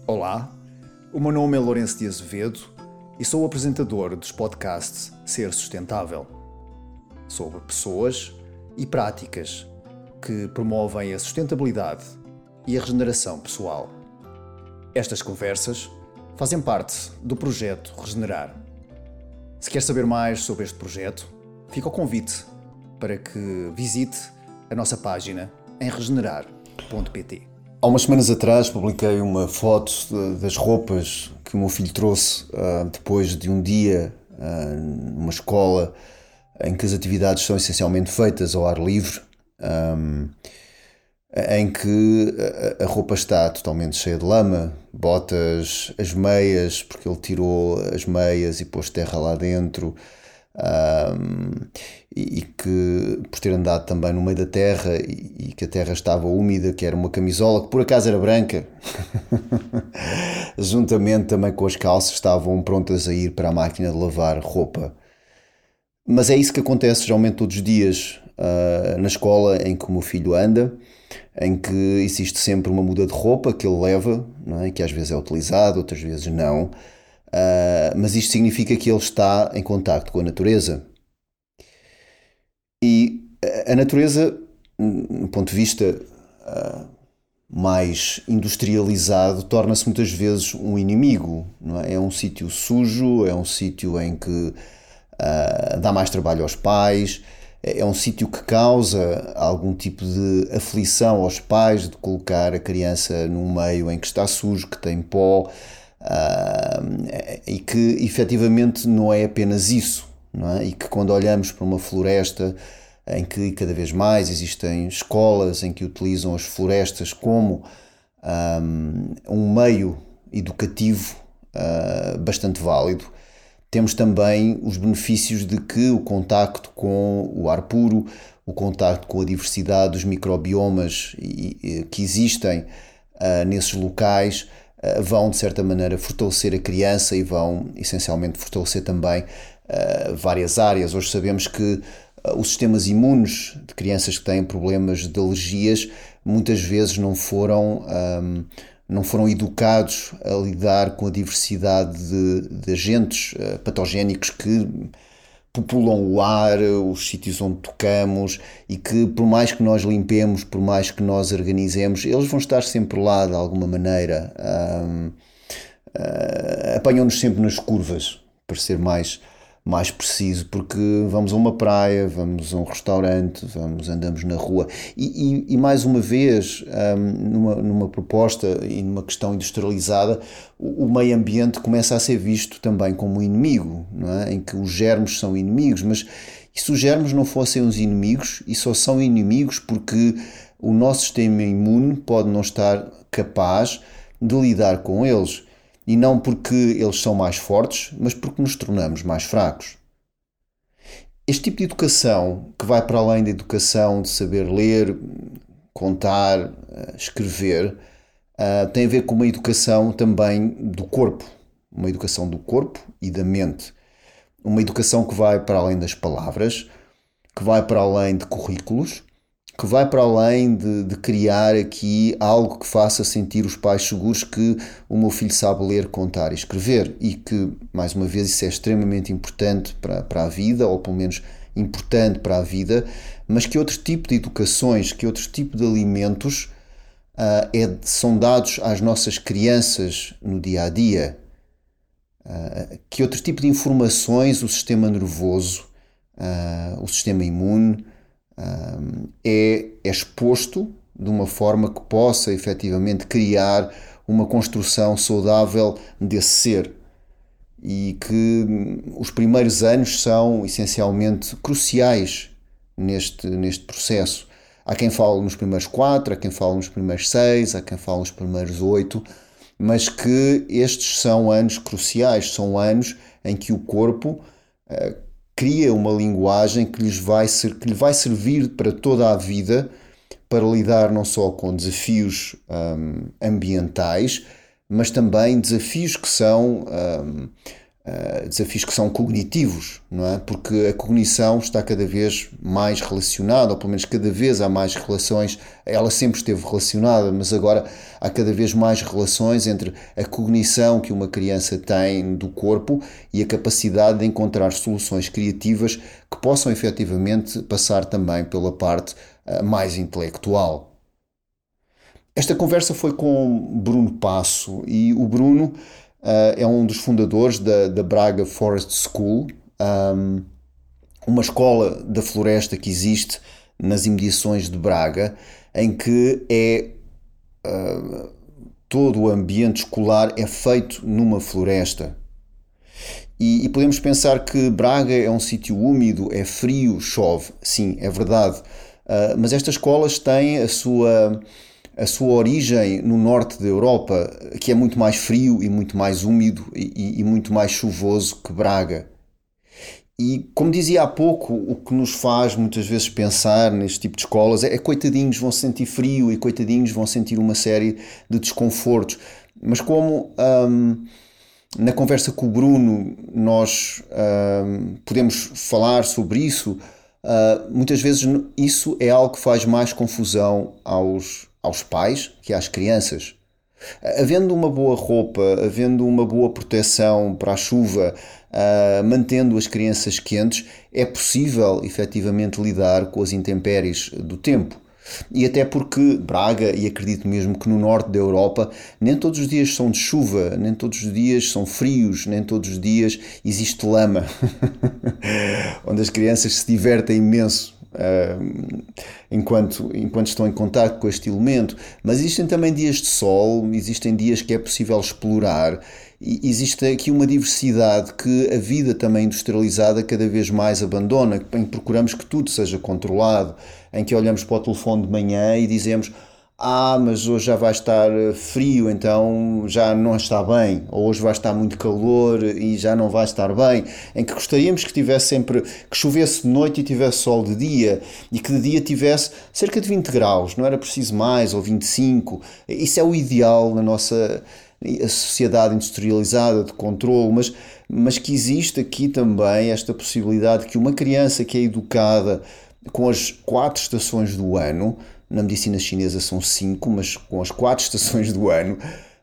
Olá, o meu nome é Lourenço de Azevedo e sou o apresentador dos podcasts Ser Sustentável, sobre pessoas e práticas que promovem a sustentabilidade e a regeneração pessoal. Estas conversas fazem parte do projeto Regenerar. Se quer saber mais sobre este projeto, fica o convite para que visite a nossa página em regenerar.pt. Há umas semanas atrás publiquei uma foto das roupas que o meu filho trouxe depois de um dia numa escola em que as atividades são essencialmente feitas ao ar livre, em que a roupa está totalmente cheia de lama, botas, as meias, porque ele tirou as meias e pôs terra lá dentro, e que por ter andado também no meio da terra e que a terra estava úmida, que era uma camisola que por acaso era branca, juntamente também com as calças, estavam prontas a ir para a máquina de lavar roupa. Mas é isso que acontece geralmente todos os dias na escola em que o meu filho anda, em que existe sempre uma muda de roupa que ele leva, não é? Que às vezes é utilizado, outras vezes não. Mas isto significa que ele está em contacto com a natureza. E a natureza, do ponto de vista mais industrializado, torna-se muitas vezes um inimigo, não é? É um sítio sujo, é um sítio em que dá mais trabalho aos pais, é um sítio que causa algum tipo de aflição aos pais de colocar a criança num meio em que está sujo, que tem pó, e que efetivamente não é apenas isso, não é? E que quando olhamos para uma floresta em que cada vez mais existem escolas em que utilizam as florestas como um meio educativo bastante válido, temos também os benefícios de que o contacto com o ar puro, o contacto com a diversidade dos microbiomas que existem nesses locais vão, de certa maneira, fortalecer a criança e vão, essencialmente, fortalecer também várias áreas. Hoje sabemos que os sistemas imunes de crianças que têm problemas de alergias muitas vezes não foram educados a lidar com a diversidade de agentes patogénicos que populam o ar, os sítios onde tocamos, e que por mais que nós limpemos, por mais que nós organizemos, eles vão estar sempre lá de alguma maneira. Apanham-nos sempre nas curvas, para ser mais preciso, porque vamos a uma praia, vamos a um restaurante, andamos na rua e mais uma vez, numa proposta e numa questão industrializada, o meio ambiente começa a ser visto também como um inimigo, não é? Em que os germes são inimigos, mas e se os germes não fossem os inimigos, e só são inimigos porque o nosso sistema imune pode não estar capaz de lidar com eles. E não porque eles são mais fortes, mas porque nos tornamos mais fracos. Este tipo de educação, que vai para além da educação de saber ler, contar, escrever, tem a ver com uma educação também do corpo. Uma educação do corpo e da mente. Uma educação que vai para além das palavras, que vai para além de currículos, que vai para além de criar aqui algo que faça sentir os pais seguros que o meu filho sabe ler, contar e escrever, e que, mais uma vez, isso é extremamente importante para a vida, ou pelo menos importante para a vida, mas que outro tipo de educações, que outro tipo de alimentos são dados às nossas crianças no dia-a-dia, que outro tipo de informações o sistema nervoso, o sistema imune, é exposto de uma forma que possa efetivamente criar uma construção saudável desse ser, e que os primeiros anos são essencialmente cruciais neste processo. Há quem fale nos primeiros 4, há quem fale nos primeiros 6, há quem fale nos primeiros 8, mas que estes são anos cruciais, são anos em que o corpo cria uma linguagem que lhe vai servir para toda a vida, para lidar não só com desafios ambientais, mas também desafios que são desafios que são cognitivos, não é? Porque a cognição está cada vez mais relacionada, ou pelo menos cada vez há mais relações, ela sempre esteve relacionada, mas agora há cada vez mais relações entre a cognição que uma criança tem do corpo e a capacidade de encontrar soluções criativas que possam efetivamente passar também pela parte mais intelectual. Esta conversa foi com Bruno Passo e o Bruno é um dos fundadores da Braga Forest School, uma escola da floresta que existe nas imediações de Braga, em que todo o ambiente escolar é feito numa floresta. E podemos pensar que Braga é um sítio úmido, é frio, chove. Sim, é verdade. Mas estas escolas têm a sua origem no norte da Europa, que é muito mais frio e muito mais úmido e muito mais chuvoso que Braga. E, como dizia há pouco, o que nos faz muitas vezes pensar neste tipo de escolas é coitadinhos vão sentir frio e coitadinhos vão sentir uma série de desconfortos. Mas como na conversa com o Bruno nós podemos falar sobre isso, muitas vezes isso é algo que faz mais confusão aos pais que às crianças. Havendo uma boa roupa, havendo uma boa proteção para a chuva, mantendo as crianças quentes, é possível efetivamente lidar com as intempéries do tempo. E até porque Braga, e acredito mesmo que no norte da Europa, nem todos os dias são de chuva, nem todos os dias são frios, nem todos os dias existe lama, onde as crianças se divertem imenso enquanto estão em contacto com este elemento. Mas existem também dias de sol, existem dias que é possível explorar, e existe aqui uma diversidade que a vida também industrializada cada vez mais abandona, em que procuramos que tudo seja controlado, em que olhamos para o telefone de manhã e dizemos: mas hoje já vai estar frio, então já não está bem, ou hoje vai estar muito calor e já não vai estar bem, em que gostaríamos que tivesse sempre, que chovesse de noite e tivesse sol de dia, e que de dia tivesse cerca de 20 graus, não era preciso mais, ou 25, isso é o ideal na nossa sociedade industrializada de controle, mas que existe aqui também esta possibilidade que uma criança que é educada com as 4 estações do ano, na medicina chinesa são 5, mas com as 4 estações do ano,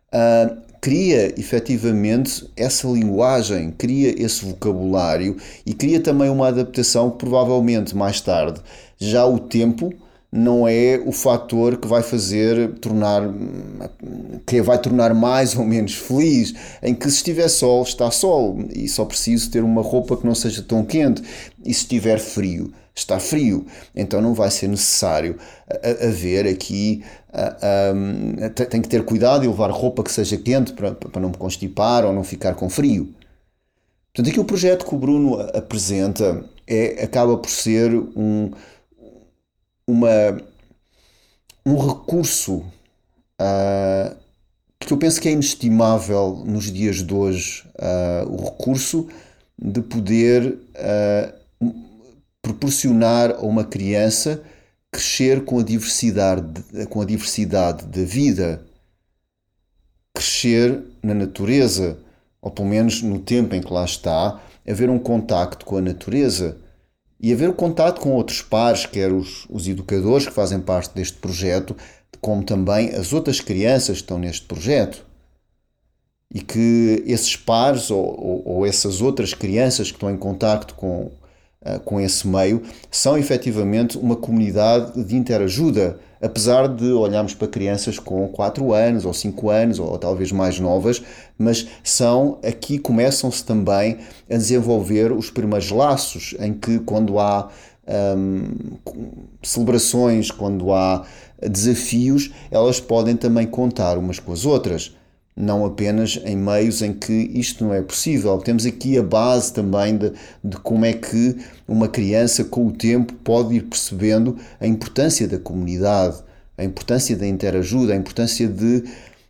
cria efetivamente essa linguagem, cria esse vocabulário e cria também uma adaptação que provavelmente mais tarde já o tempo não é o fator que vai tornar mais ou menos feliz, em que se estiver sol, está sol, e só preciso ter uma roupa que não seja tão quente, e se estiver frio, está frio, então não vai ser necessário haver aqui, tem que ter cuidado e levar roupa que seja quente para não me constipar ou não ficar com frio. Portanto, aqui o projeto que o Bruno apresenta acaba por ser um recurso que eu penso que é inestimável nos dias de hoje, o recurso de poder proporcionar a uma criança crescer com a diversidade da vida, crescer na natureza, ou pelo menos no tempo em que lá está, haver um contacto com a natureza e haver um contacto com outros pares, quer os educadores que fazem parte deste projeto, como também as outras crianças que estão neste projeto. E que esses pares ou essas outras crianças que estão em contacto com esse meio são efetivamente uma comunidade de interajuda, apesar de olharmos para crianças com 4 anos ou 5 anos ou talvez mais novas, mas aqui começam-se também a desenvolver os primeiros laços, em que quando há celebrações, quando há desafios, elas podem também contar umas com as outras. Não apenas em meios em que isto não é possível. Temos aqui a base também de como é que uma criança, com o tempo, pode ir percebendo a importância da comunidade, a importância da interajuda, a importância de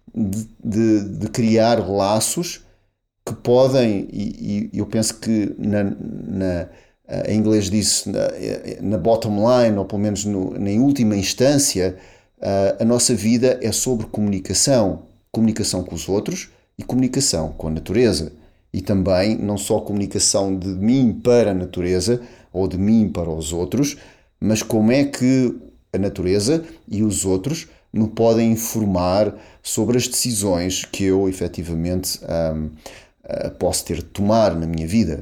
criar laços que podem, e eu penso que em inglês diz na bottom line, ou pelo menos em última instância, a nossa vida é sobre comunicação com os outros e comunicação com a natureza. e também não só comunicação de mim para a natureza ou de mim para os outros, mas como é que a natureza e os outros me podem informar sobre as decisões que eu efetivamente posso ter de tomar na minha vida.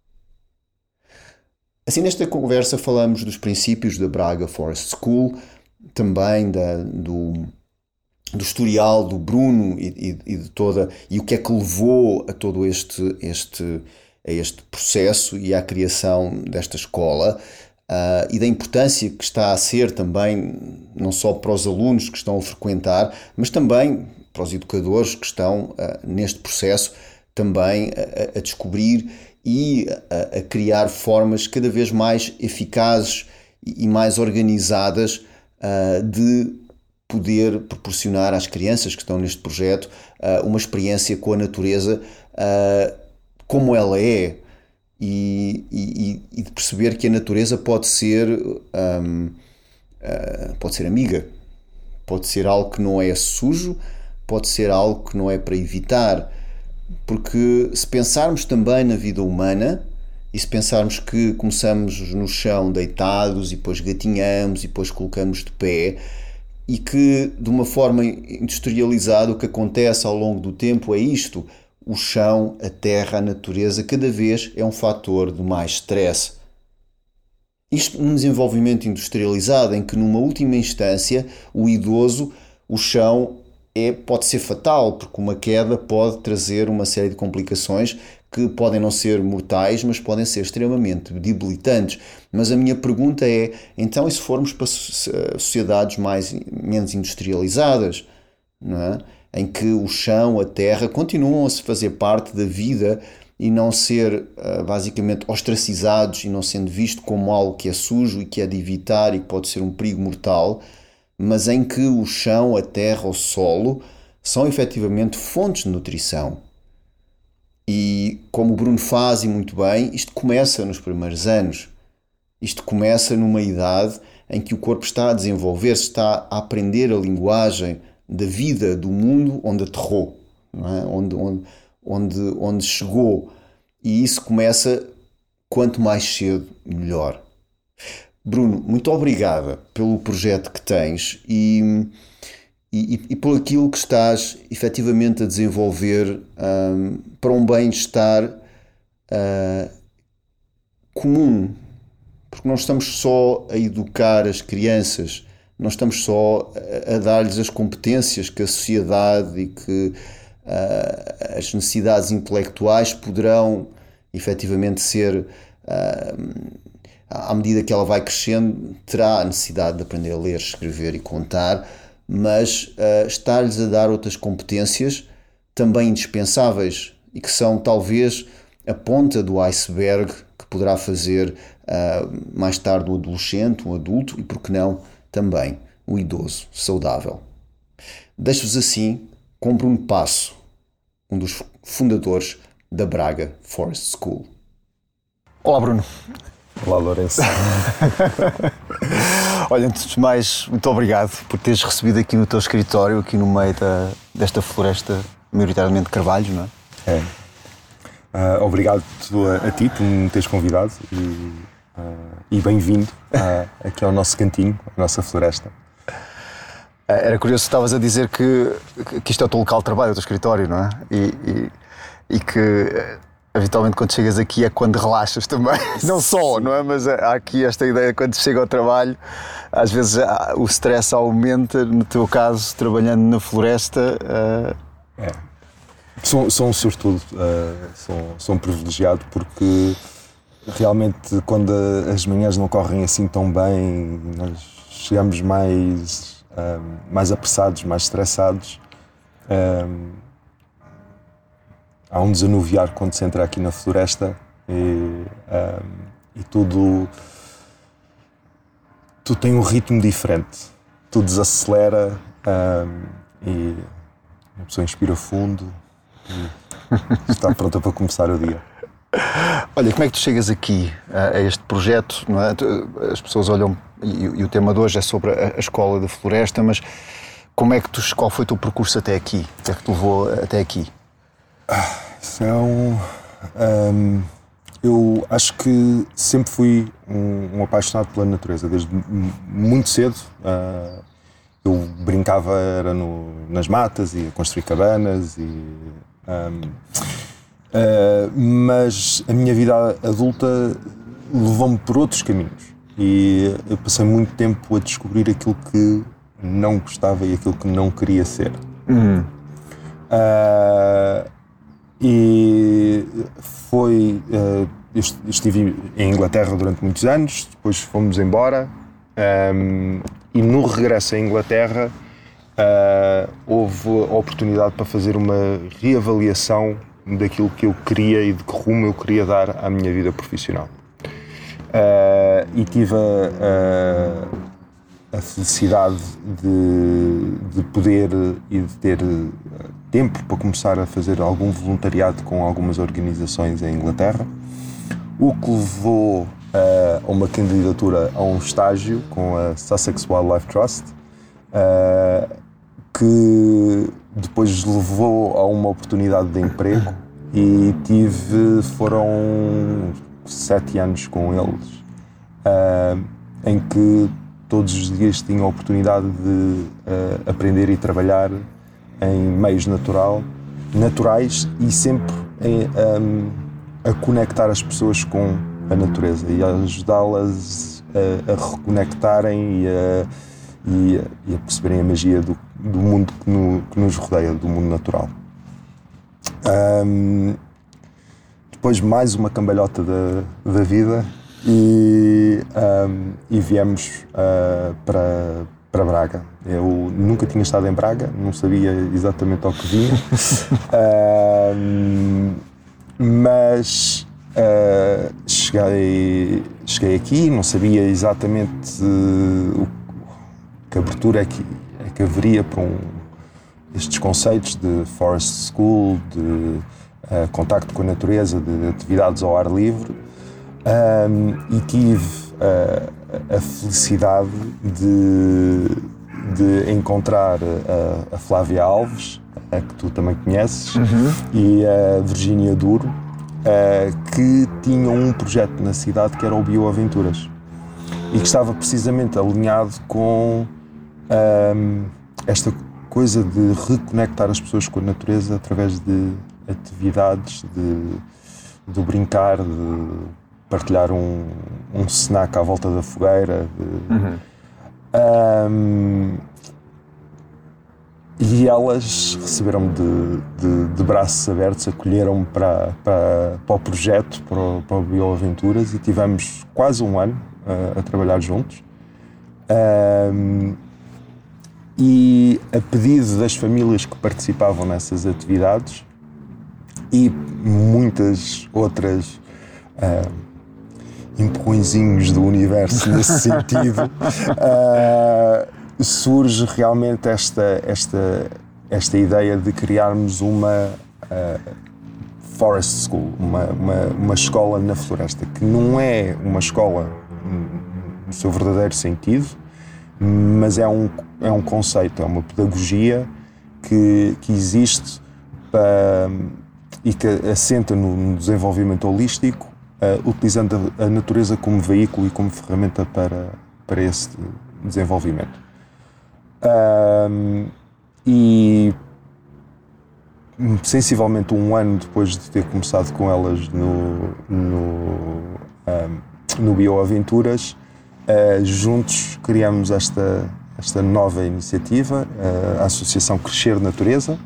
Assim, nesta conversa falamos dos princípios da Braga Forest School, também do historial do Bruno e de toda, e o que é que levou a todo este processo e à criação desta escola, e da importância que está a ser também, não só para os alunos que estão a frequentar, mas também para os educadores que estão neste processo também a descobrir e a criar formas cada vez mais eficazes e mais organizadas de poder proporcionar às crianças que estão neste projeto uma experiência com a natureza como ela é, e de perceber que a natureza pode ser amiga, pode ser algo que não é sujo, pode ser algo que não é para evitar, porque se pensarmos também na vida humana e se pensarmos que começamos no chão deitados e depois gatinhamos e depois colocamos de pé, e que de uma forma industrializada o que acontece ao longo do tempo é isto: o chão, a terra, a natureza cada vez é um fator de mais stress. Isto num desenvolvimento industrializado em que numa última instância o idoso, o chão pode ser fatal, porque uma queda pode trazer uma série de complicações que podem não ser mortais, mas podem ser extremamente debilitantes. Mas a minha pergunta é, então, e se formos para sociedades menos industrializadas, não é? Em que o chão, a terra, continuam a se fazer parte da vida e não ser basicamente ostracizados e não sendo visto como algo que é sujo e que é de evitar e que pode ser um perigo mortal, mas em que o chão, a terra, o solo são efetivamente fontes de nutrição. E como o Bruno faz e muito bem, isto começa nos primeiros anos. Isto começa numa idade em que o corpo está a desenvolver-se, está a aprender a linguagem da vida, do mundo onde aterrou, não é? onde chegou. E isso começa quanto mais cedo, melhor. Bruno, muito obrigada pelo projeto que tens e por aquilo que estás efetivamente a desenvolver para um bem-estar comum, porque não estamos só a educar as crianças, não estamos só a dar-lhes as competências que a sociedade e que as necessidades intelectuais poderão efetivamente ser, à medida que ela vai crescendo, terá a necessidade de aprender a ler, escrever e contar, mas estar-lhes a dar outras competências também indispensáveis e que são talvez a ponta do iceberg que poderá fazer mais tarde o adolescente, o adulto e, por que não, também o idoso saudável. Deixo-vos assim com Bruno Passo, um dos fundadores da Braga Forest School. Olá, Bruno. Olá, Lourenço. Olha, antes de mais, muito obrigado por teres recebido aqui no teu escritório, aqui no meio desta floresta, maioritariamente de carvalhos, não é? Obrigado a ti por me teres convidado e bem-vindo aqui ao nosso cantinho, à nossa floresta. Era curioso, estavas a dizer que isto é o teu local de trabalho, o teu escritório, não é? E que habitualmente quando chegas aqui é quando relaxas também. Não só, não é? Mas há aqui esta ideia, quando chega ao trabalho, às vezes o stress aumenta, no teu caso, trabalhando na floresta. Sou um sortudo, sou um privilegiado, porque realmente quando as manhãs não correm assim tão bem, nós chegamos mais apressados, mais estressados. Há um desanuviar quando se entra aqui na floresta e tudo tem um ritmo diferente, tudo desacelera e uma pessoa inspira fundo e está pronta para começar o dia. Olha, como é que tu chegas aqui a este projeto, não é? As pessoas olham, e o tema de hoje é sobre a escola da floresta, mas qual foi o teu percurso até aqui? O que é que te levou até aqui? Isso é Eu acho que sempre fui um apaixonado pela natureza, desde muito cedo. Eu brincava era nas matas e a construir cabanas, mas a minha vida adulta levou-me por outros caminhos e eu passei muito tempo a descobrir aquilo que não gostava e aquilo que não queria ser. E foi... eu estive em Inglaterra durante muitos anos, depois fomos embora, e no regresso à Inglaterra houve a oportunidade para fazer uma reavaliação daquilo que eu queria e de que rumo eu queria dar à minha vida profissional. E tive a felicidade de poder e de ter tempo para começar a fazer algum voluntariado com algumas organizações em Inglaterra, o que levou a uma candidatura a um estágio com a Sussex Wildlife Trust, que depois levou a uma oportunidade de emprego e foram 7 anos com eles, em que todos os dias tinha a oportunidade de aprender e trabalhar em meios naturais e sempre a conectar as pessoas com a natureza e a ajudá-las a reconectarem e a perceberem a magia do mundo que nos rodeia, do mundo natural. Depois mais uma cambalhota da vida e viemos para Braga. Eu nunca tinha estado em Braga, não sabia exatamente ao que vinha, mas cheguei aqui, não sabia exatamente que abertura é que haveria para estes conceitos de forest school, de contacto com a natureza, de atividades ao ar livre, e tive a felicidade de encontrar a Flávia Alves, que tu também conheces, e a Virgínia Duro, que tinham um projeto na cidade que era o Bioaventuras e que estava precisamente alinhado com esta coisa de reconectar as pessoas com a natureza através de atividades, de brincar, de partilhar um snack à volta da fogueira. E elas receberam-me de braços abertos, acolheram-me para o projeto, para o Bioaventuras, e tivemos quase um ano a trabalhar juntos. E a pedido das famílias que participavam nessas atividades e muitas outras empurrõezinhos do universo nesse sentido, surge realmente esta ideia de criarmos uma forest school, uma escola na floresta, que não é uma escola no seu verdadeiro sentido, mas é um conceito, é uma pedagogia que existe e que assenta no desenvolvimento holístico, utilizando a natureza como veículo e como ferramenta para esse desenvolvimento. E sensivelmente um ano depois de ter começado com elas no Bioaventuras, juntos criamos esta nova iniciativa, a Associação Crescer Natureza,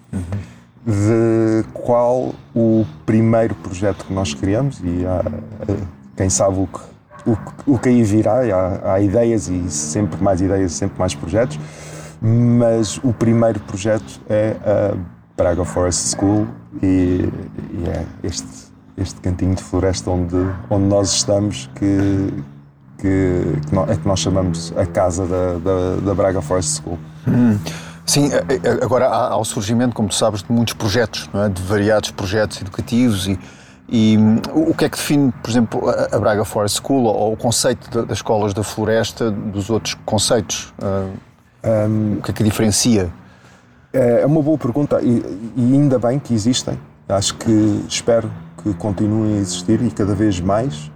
de qual o primeiro projeto que nós criamos, e quem sabe o que aí virá, há ideias e sempre mais projetos, mas o primeiro projeto é a Braga Forest School e é este cantinho de floresta onde nós estamos que nós chamamos a casa da Braga Forest School. Sim, agora há o surgimento, como tu sabes, de muitos projetos, não é? De variados projetos educativos e o que é que define, por exemplo, a Braga Forest School ou o conceito das escolas da floresta dos outros conceitos? O que é que diferencia? É uma boa pergunta e ainda bem que existem. Espero que continuem a existir e cada vez mais.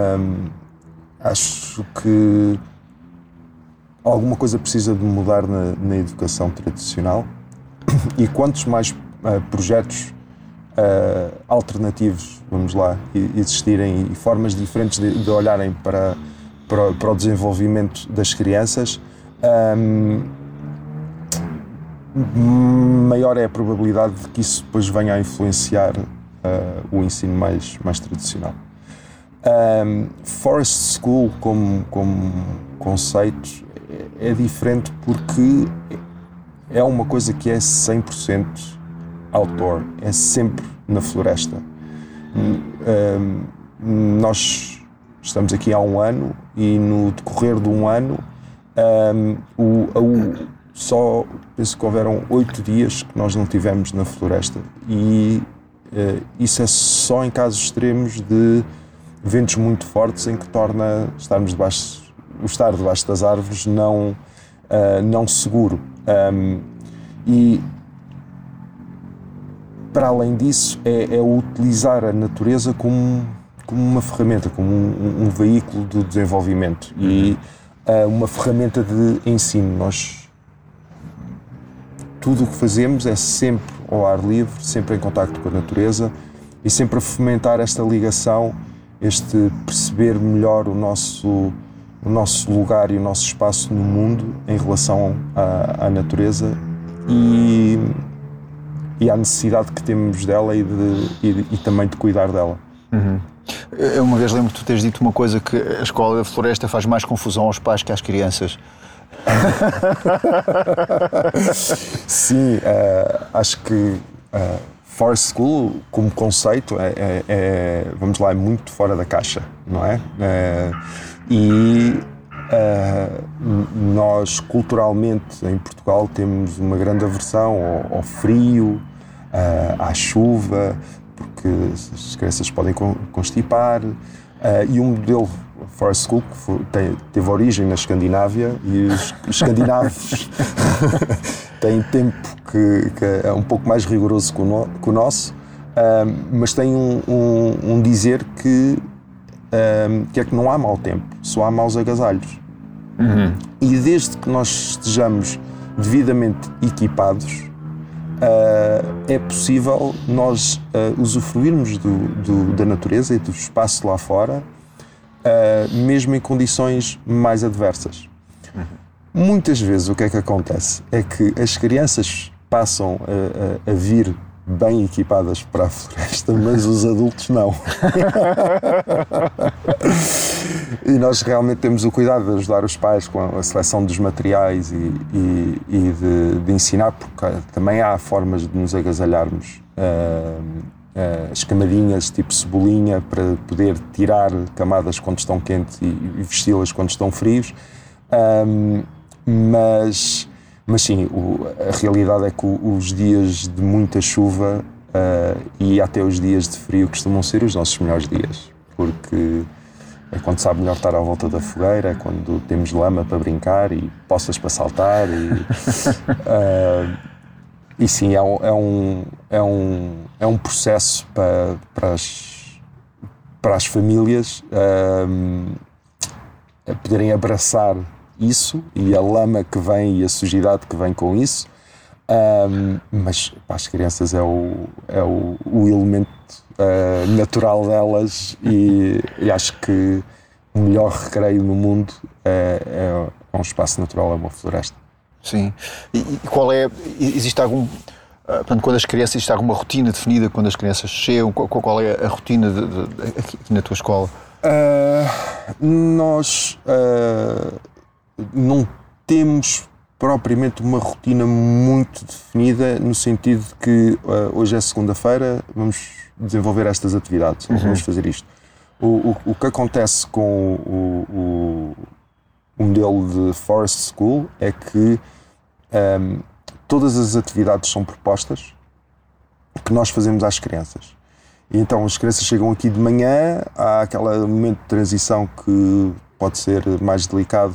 Acho que alguma coisa precisa de mudar na educação tradicional e quantos mais projetos alternativos, vamos lá, existirem e formas diferentes de olharem para o desenvolvimento das crianças, maior é a probabilidade de que isso depois venha a influenciar o ensino mais tradicional. Forest School como conceito é diferente porque é uma coisa que é 100% outdoor, é sempre na floresta. Nós estamos aqui há um ano e no decorrer de um ano só penso que houveram 8 dias que nós não tivemos na floresta e isso é só em casos extremos de ventos muito fortes em que torna estar debaixo das árvores não seguro. E para além disso é utilizar a natureza como uma ferramenta, como um veículo de desenvolvimento e uma ferramenta de ensino. Tudo o que fazemos é sempre ao ar livre, sempre em contacto com a natureza e sempre a fomentar esta ligação, este perceber melhor o nosso lugar e o nosso espaço no mundo em relação à natureza e à necessidade que temos dela e também de cuidar dela. Uhum. Eu uma vez lembro que tu teres dito uma coisa, que a escola da floresta faz mais confusão aos pais que às crianças. Sim, acho que Forest School como conceito vamos lá, é muito fora da caixa, não é? Nós culturalmente em Portugal temos uma grande aversão ao frio, à chuva, porque as crianças podem constipar, e o modelo Forest School que teve origem na Escandinávia e os escandinavos têm tempo que é um pouco mais rigoroso que o nosso, mas tem um dizer que é que não há mau tempo, só há maus agasalhos. Uhum. E desde que nós estejamos devidamente equipados, é possível nós usufruirmos da natureza e do espaço lá fora, mesmo em condições mais adversas. Uhum. Muitas vezes o que é que acontece? É que as crianças passam a vir bem equipadas para a floresta, mas os adultos não. E nós realmente temos o cuidado de ajudar os pais com a seleção dos materiais e de ensinar, porque também há formas de nos agasalharmos. As camadinhas tipo cebolinha para poder tirar camadas quando estão quentes e vesti-las quando estão frios. Mas sim, a realidade é que os dias de muita chuva e até os dias de frio costumam ser os nossos melhores dias, porque é quando sabe melhor estar à volta da fogueira, é quando temos lama para brincar e poças para saltar e sim, é um processo para as famílias poderem abraçar isso e a lama que vem e a sujidade que vem com isso, mas para as crianças é o elemento natural delas e acho que o melhor recreio no mundo é um espaço natural, é uma floresta. Sim. E qual é, existe algum, portanto, quando as crianças, existe alguma rotina definida quando as crianças chegam? Qual é a rotina aqui na tua escola? Nós não temos propriamente uma rotina muito definida, no sentido de que hoje é segunda-feira, vamos desenvolver estas atividades, vamos fazer isto. O que acontece com o modelo de Forest School é que todas as atividades são propostas que nós fazemos às crianças. E então as crianças chegam aqui de manhã, há aquele momento de transição que pode ser mais delicado,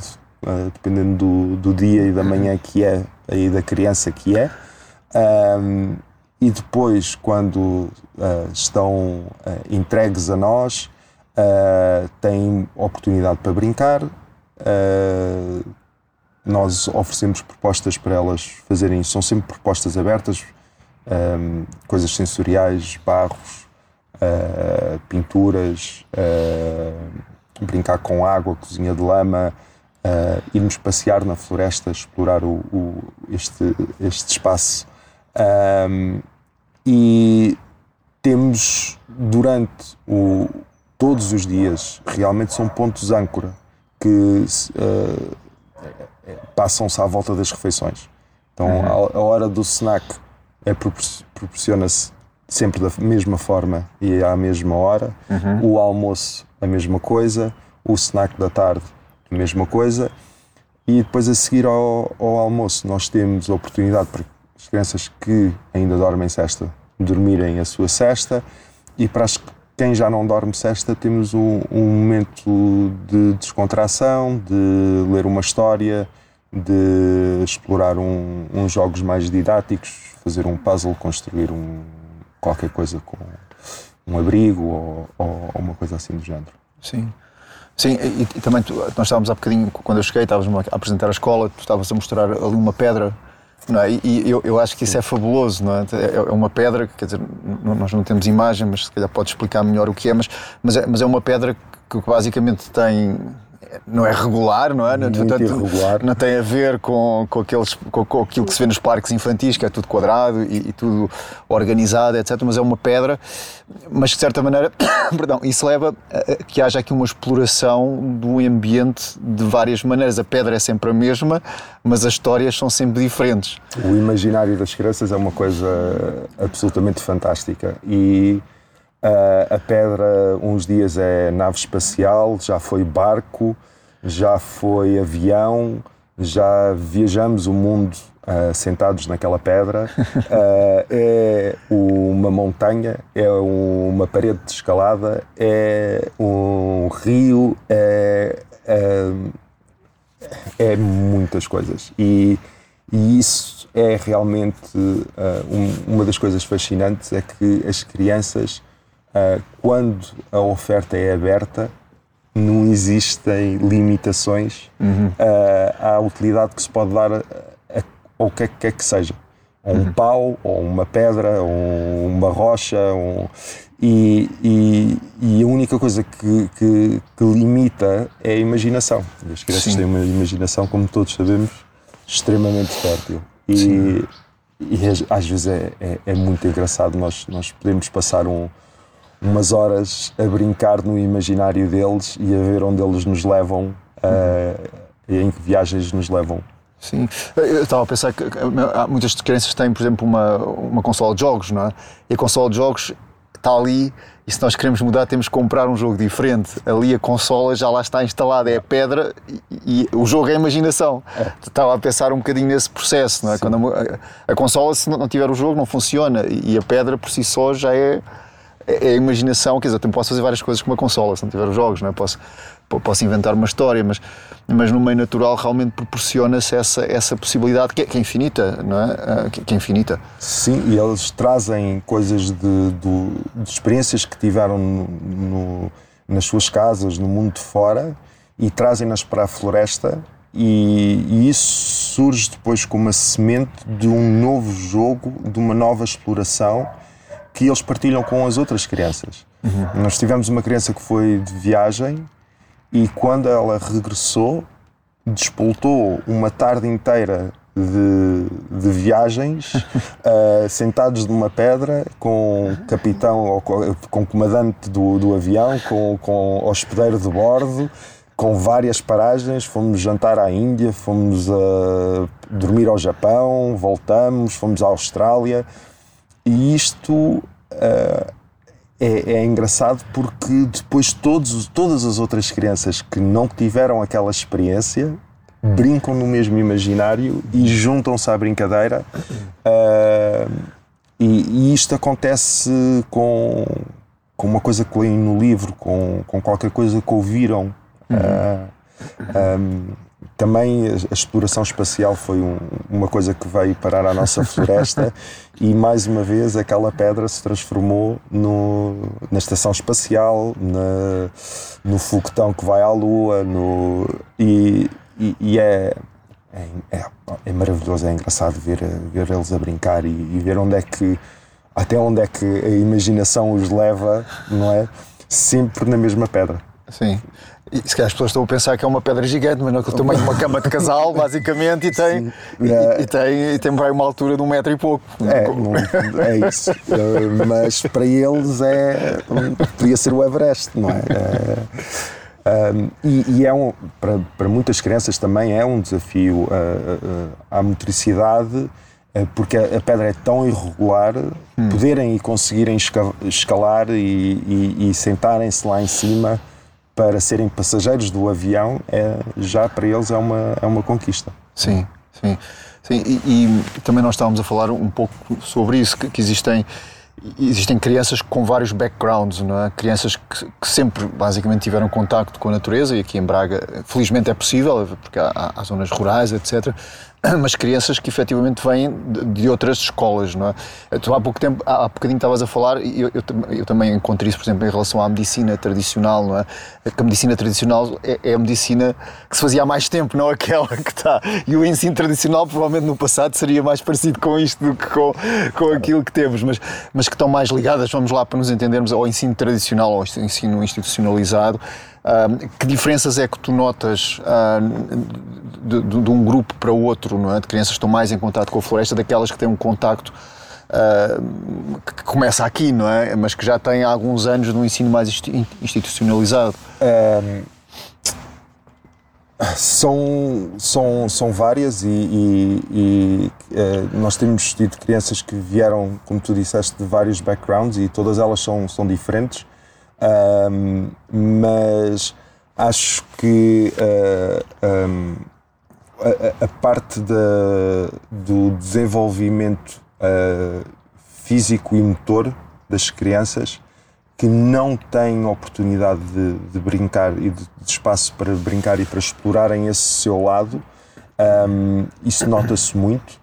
dependendo do dia e da manhã que é, e da criança que é, e depois, quando estão entregues a nós, têm oportunidade para brincar. Nós oferecemos propostas para elas fazerem, são sempre propostas abertas, coisas sensoriais, barros, pinturas, brincar com água, cozinha de lama, irmos passear na floresta, explorar este espaço. E temos durante todos os dias, realmente são pontos âncora que passam-se à volta das refeições. Então a hora do snack proporciona-se sempre da mesma forma e à mesma hora. O almoço, a mesma coisa. O snack da tarde, a mesma coisa. E depois, a seguir ao almoço, nós temos a oportunidade para as crianças que ainda dormem sesta dormirem a sua sesta, e para quem já não dorme sesta temos um momento de descontração, de ler uma história, de explorar uns jogos mais didáticos, fazer um puzzle, construir qualquer coisa com um abrigo ou uma coisa assim do género. Sim. Sim, e também nós estávamos há bocadinho, quando eu cheguei, estávamos a apresentar a escola, tu estavas a mostrar ali uma pedra, não é? E eu acho que isso é fabuloso, não é? É uma pedra, quer dizer, nós não temos imagem, mas se calhar podes explicar melhor o que é, mas é uma pedra que basicamente tem... Não é regular, não é? Muito irregular. Não tem a ver com aquilo que se vê nos parques infantis, que é tudo quadrado e tudo organizado, etc. Mas é uma pedra, mas de certa maneira, perdão, isso leva a que haja aqui uma exploração do ambiente de várias maneiras. A pedra é sempre a mesma, mas as histórias são sempre diferentes. O imaginário das crianças é uma coisa absolutamente fantástica. E a pedra, uns dias é nave espacial, já foi barco, já foi avião, já viajamos o mundo sentados naquela pedra. É uma montanha, é uma parede de escalada, é um rio, é muitas coisas. E isso é realmente uma das coisas fascinantes, é que as crianças, quando a oferta é aberta, não existem limitações à utilidade que se pode dar ao que quer que seja. Ou um pau, ou uma pedra, ou uma rocha. E a única coisa que limita é a imaginação. E as crianças têm uma imaginação, como todos sabemos, extremamente fértil. E às vezes é muito engraçado. Nós podemos passar umas horas a brincar no imaginário deles e a ver onde eles nos levam, e em que viagens nos levam. Sim, eu estava a pensar que muitas crianças têm, por exemplo, uma consola de jogos, não é? E a consola de jogos está ali, e se nós queremos mudar temos que comprar um jogo diferente. Ali a consola já lá está instalada, é a pedra e o jogo é a imaginação. Estava a pensar um bocadinho nesse processo, não é? Quando a consola, se não tiver o jogo, não funciona, e a pedra por si só já é a imaginação. Quer dizer, eu também posso fazer várias coisas com uma consola se não tiver os jogos, não é? Posso inventar uma história, mas no meio natural realmente proporciona-se essa possibilidade que é infinita, não é? Que é infinita. Sim, e eles trazem coisas de experiências que tiveram nas suas casas, no mundo de fora, e trazem-nas para a floresta, e isso surge depois como uma semente de um novo jogo, de uma nova exploração, que eles partilham com as outras crianças. Nós tivemos uma criança que foi de viagem e quando ela regressou, despoltou uma tarde inteira de viagens, sentados numa pedra, com o capitão ou com o comandante do avião, com hospedeiro de bordo, com várias paragens. Fomos jantar à Índia, fomos dormir ao Japão, voltamos, fomos à Austrália. E isto é engraçado porque depois todas as outras crianças que não tiveram aquela experiência brincam no mesmo imaginário e juntam-se à brincadeira. E isto acontece com uma coisa que leem no livro, com qualquer coisa que ouviram. também a exploração espacial foi uma coisa que veio parar à nossa floresta e mais uma vez aquela pedra se transformou na estação espacial, no foguetão que vai à Lua, e é maravilhoso, é engraçado ver eles a brincar e ver até onde é que a imaginação os leva, não é? Sempre na mesma pedra. Sim. E se calhar as pessoas estão a pensar que é uma pedra gigante, mas não é que o tamanho de uma cama de casal, basicamente, e tem uma altura de 1 metro e pouco. É isso. Mas para eles podia ser o Everest, não é? E para muitas crianças também é um desafio à motricidade, porque a pedra é tão irregular, poderem e conseguirem escalar e sentarem-se lá em cima para serem passageiros do avião, já para eles é uma conquista. Sim. E também nós estávamos a falar um pouco sobre isso, que existem crianças com vários backgrounds, não é? Crianças que sempre basicamente tiveram contacto com a natureza, e aqui em Braga felizmente é possível, porque há zonas rurais, etc., mas crianças que efetivamente vêm de outras escolas, não é? Tu há bocadinho estavas a falar, e eu também encontro isso, por exemplo, em relação à medicina tradicional, não é? Que a medicina tradicional é a medicina que se fazia há mais tempo, não aquela que está. E o ensino tradicional provavelmente no passado seria mais parecido com isto do que com aquilo que temos, mas que estão mais ligadas, vamos lá, para nos entendermos, ao ensino tradicional, ao ensino institucionalizado. Que diferenças é que tu notas de um grupo para o outro, não é? De crianças que estão mais em contato com a floresta, daquelas que têm um contacto que começa aqui, não é? Mas que já têm há alguns anos de um ensino mais institucionalizado? São várias e nós temos tido crianças que vieram, como tu disseste, de vários backgrounds e todas elas são diferentes. Mas acho que a parte do desenvolvimento físico e motor das crianças que não têm oportunidade de brincar e de espaço para brincar e para explorarem esse seu lado, isso nota-se muito.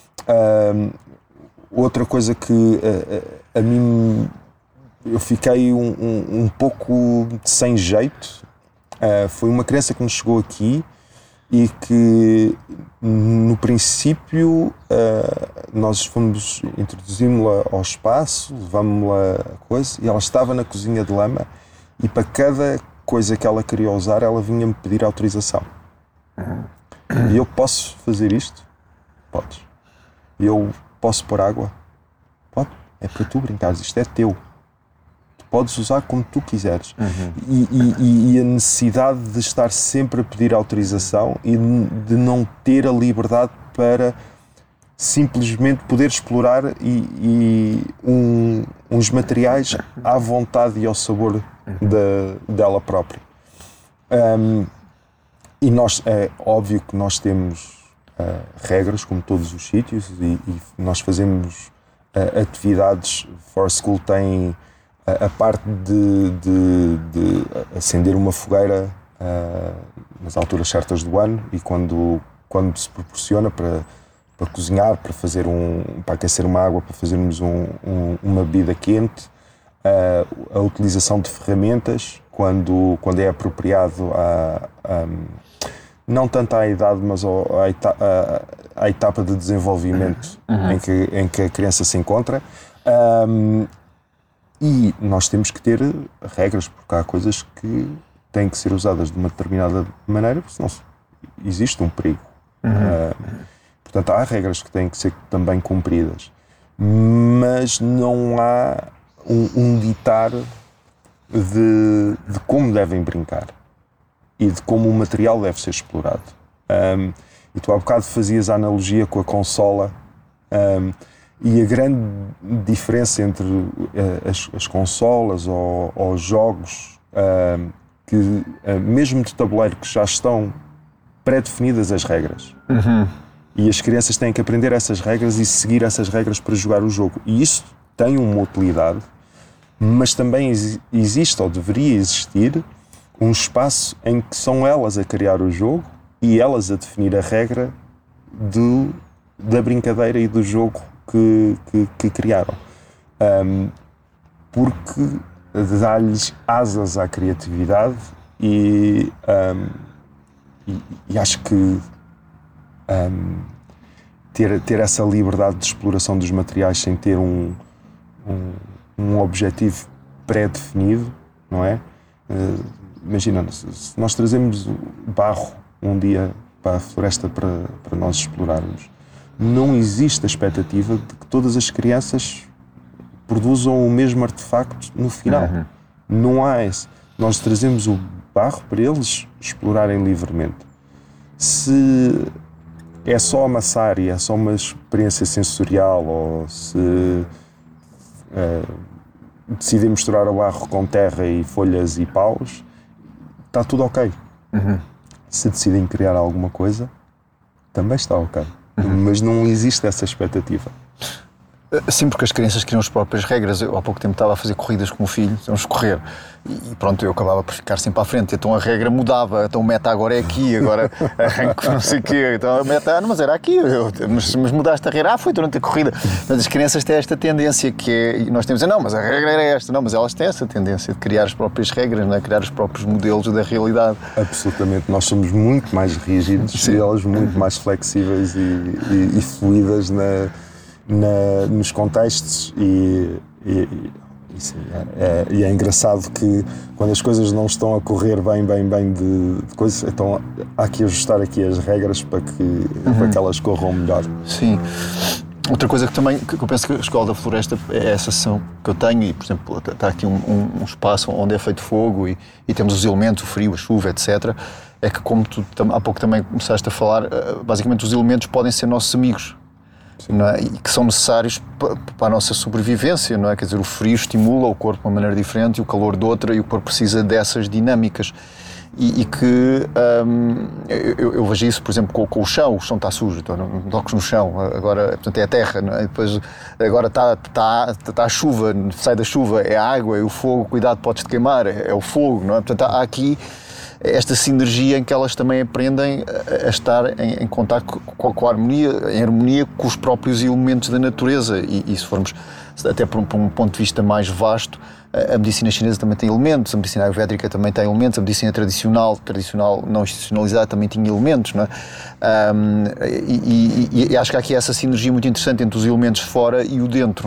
Outra coisa que a mim eu fiquei um pouco sem jeito, foi uma criança que nos chegou aqui e que no princípio nós introduzimos-la ao espaço, levámos-la a coisa, e ela estava na cozinha de lama e para cada coisa que ela queria usar ela vinha-me pedir autorização. E eu posso fazer isto? Podes. E eu posso pôr água? Pode. É para tu brincares, isto é teu. Podes usar como tu quiseres. E a necessidade de estar sempre a pedir autorização e de não ter a liberdade para simplesmente poder explorar uns materiais à vontade e ao sabor dela própria. E nós, é óbvio que nós temos regras, como todos os sítios, e nós fazemos atividades. For School tem a parte de acender uma fogueira nas alturas certas do ano e quando se proporciona para cozinhar, para aquecer uma água, para fazermos uma bebida quente, a utilização de ferramentas quando é apropriado não tanto à idade, mas à etapa de desenvolvimento em que a criança se encontra. E nós temos que ter regras, porque há coisas que têm que ser usadas de uma determinada maneira, porque senão existe um perigo. Portanto, há regras que têm que ser também cumpridas, mas não há um ditar de como devem brincar e de como o material deve ser explorado. E tu há bocado fazias a analogia com a consola, e a grande diferença entre as consolas ou os jogos, que mesmo de tabuleiro, que já estão pré-definidas as regras. E as crianças têm que aprender essas regras e seguir essas regras para jogar o jogo. E isso tem uma utilidade, mas também existe ou deveria existir um espaço em que são elas a criar o jogo e elas a definir a regra da brincadeira e do jogo que criaram. Porque dá-lhes asas à criatividade e acho que ter essa liberdade de exploração dos materiais sem ter um objetivo pré-definido, não é? Imagina, se nós trazemos barro um dia para a floresta para nós explorarmos, não existe a expectativa de que todas as crianças produzam o mesmo artefacto no final. Não há esse. Nós trazemos o barro para eles explorarem livremente. Se é só amassar e é só uma experiência sensorial, ou se decidem misturar o barro com terra e folhas e paus, está tudo ok. Se decidem criar alguma coisa, também está ok. Mas não existe essa expectativa. Sim, porque as crianças criam as próprias regras. Eu há pouco tempo estava a fazer corridas com o filho, vamos correr, e pronto, eu acabava por ficar sempre à frente, então a regra mudava, então a meta agora é aqui, agora arranco não sei o quê, então a meta, mas era aqui, mas mudaste a regra, foi durante a corrida. Mas as crianças têm esta tendência que é, e nós temos a dizer, não, mas a regra era esta, não, mas elas têm essa tendência de criar as próprias regras, não é? Criar os próprios modelos da realidade. Absolutamente, nós somos muito mais rígidos e elas muito mais flexíveis e fluídas nos contextos e é engraçado que quando as coisas não estão a correr bem de coisas, então há que ajustar aqui as regras para que elas corram melhor. Sim. Outra coisa que eu penso que a Escola da Floresta é essa ação que eu tenho, e por exemplo está aqui um espaço onde é feito fogo e temos os elementos, o frio, a chuva, etc. É que, como tu há pouco também começaste a falar, basicamente os elementos podem ser nossos amigos. Não é? E que são necessários para a nossa sobrevivência, não é? Quer dizer, o frio estimula o corpo de uma maneira diferente e o calor de outra, e o corpo precisa dessas dinâmicas. E que eu vejo isso, por exemplo, com o chão está sujo, então não toques no chão, agora, portanto, é a terra, não é? Depois, agora está a chuva, sai da chuva, é a água, é o fogo, cuidado, podes-te queimar, é o fogo, não é? Portanto, há aqui esta sinergia em que elas também aprendem a estar em contacto com a harmonia, em harmonia com os próprios elementos da natureza, e se formos até por um ponto de vista mais vasto, a medicina chinesa também tem elementos, a medicina ayurvédica também tem elementos, a medicina tradicional não institucionalizada também tinha elementos, não é? E acho que há aqui essa sinergia muito interessante entre os elementos fora e o dentro.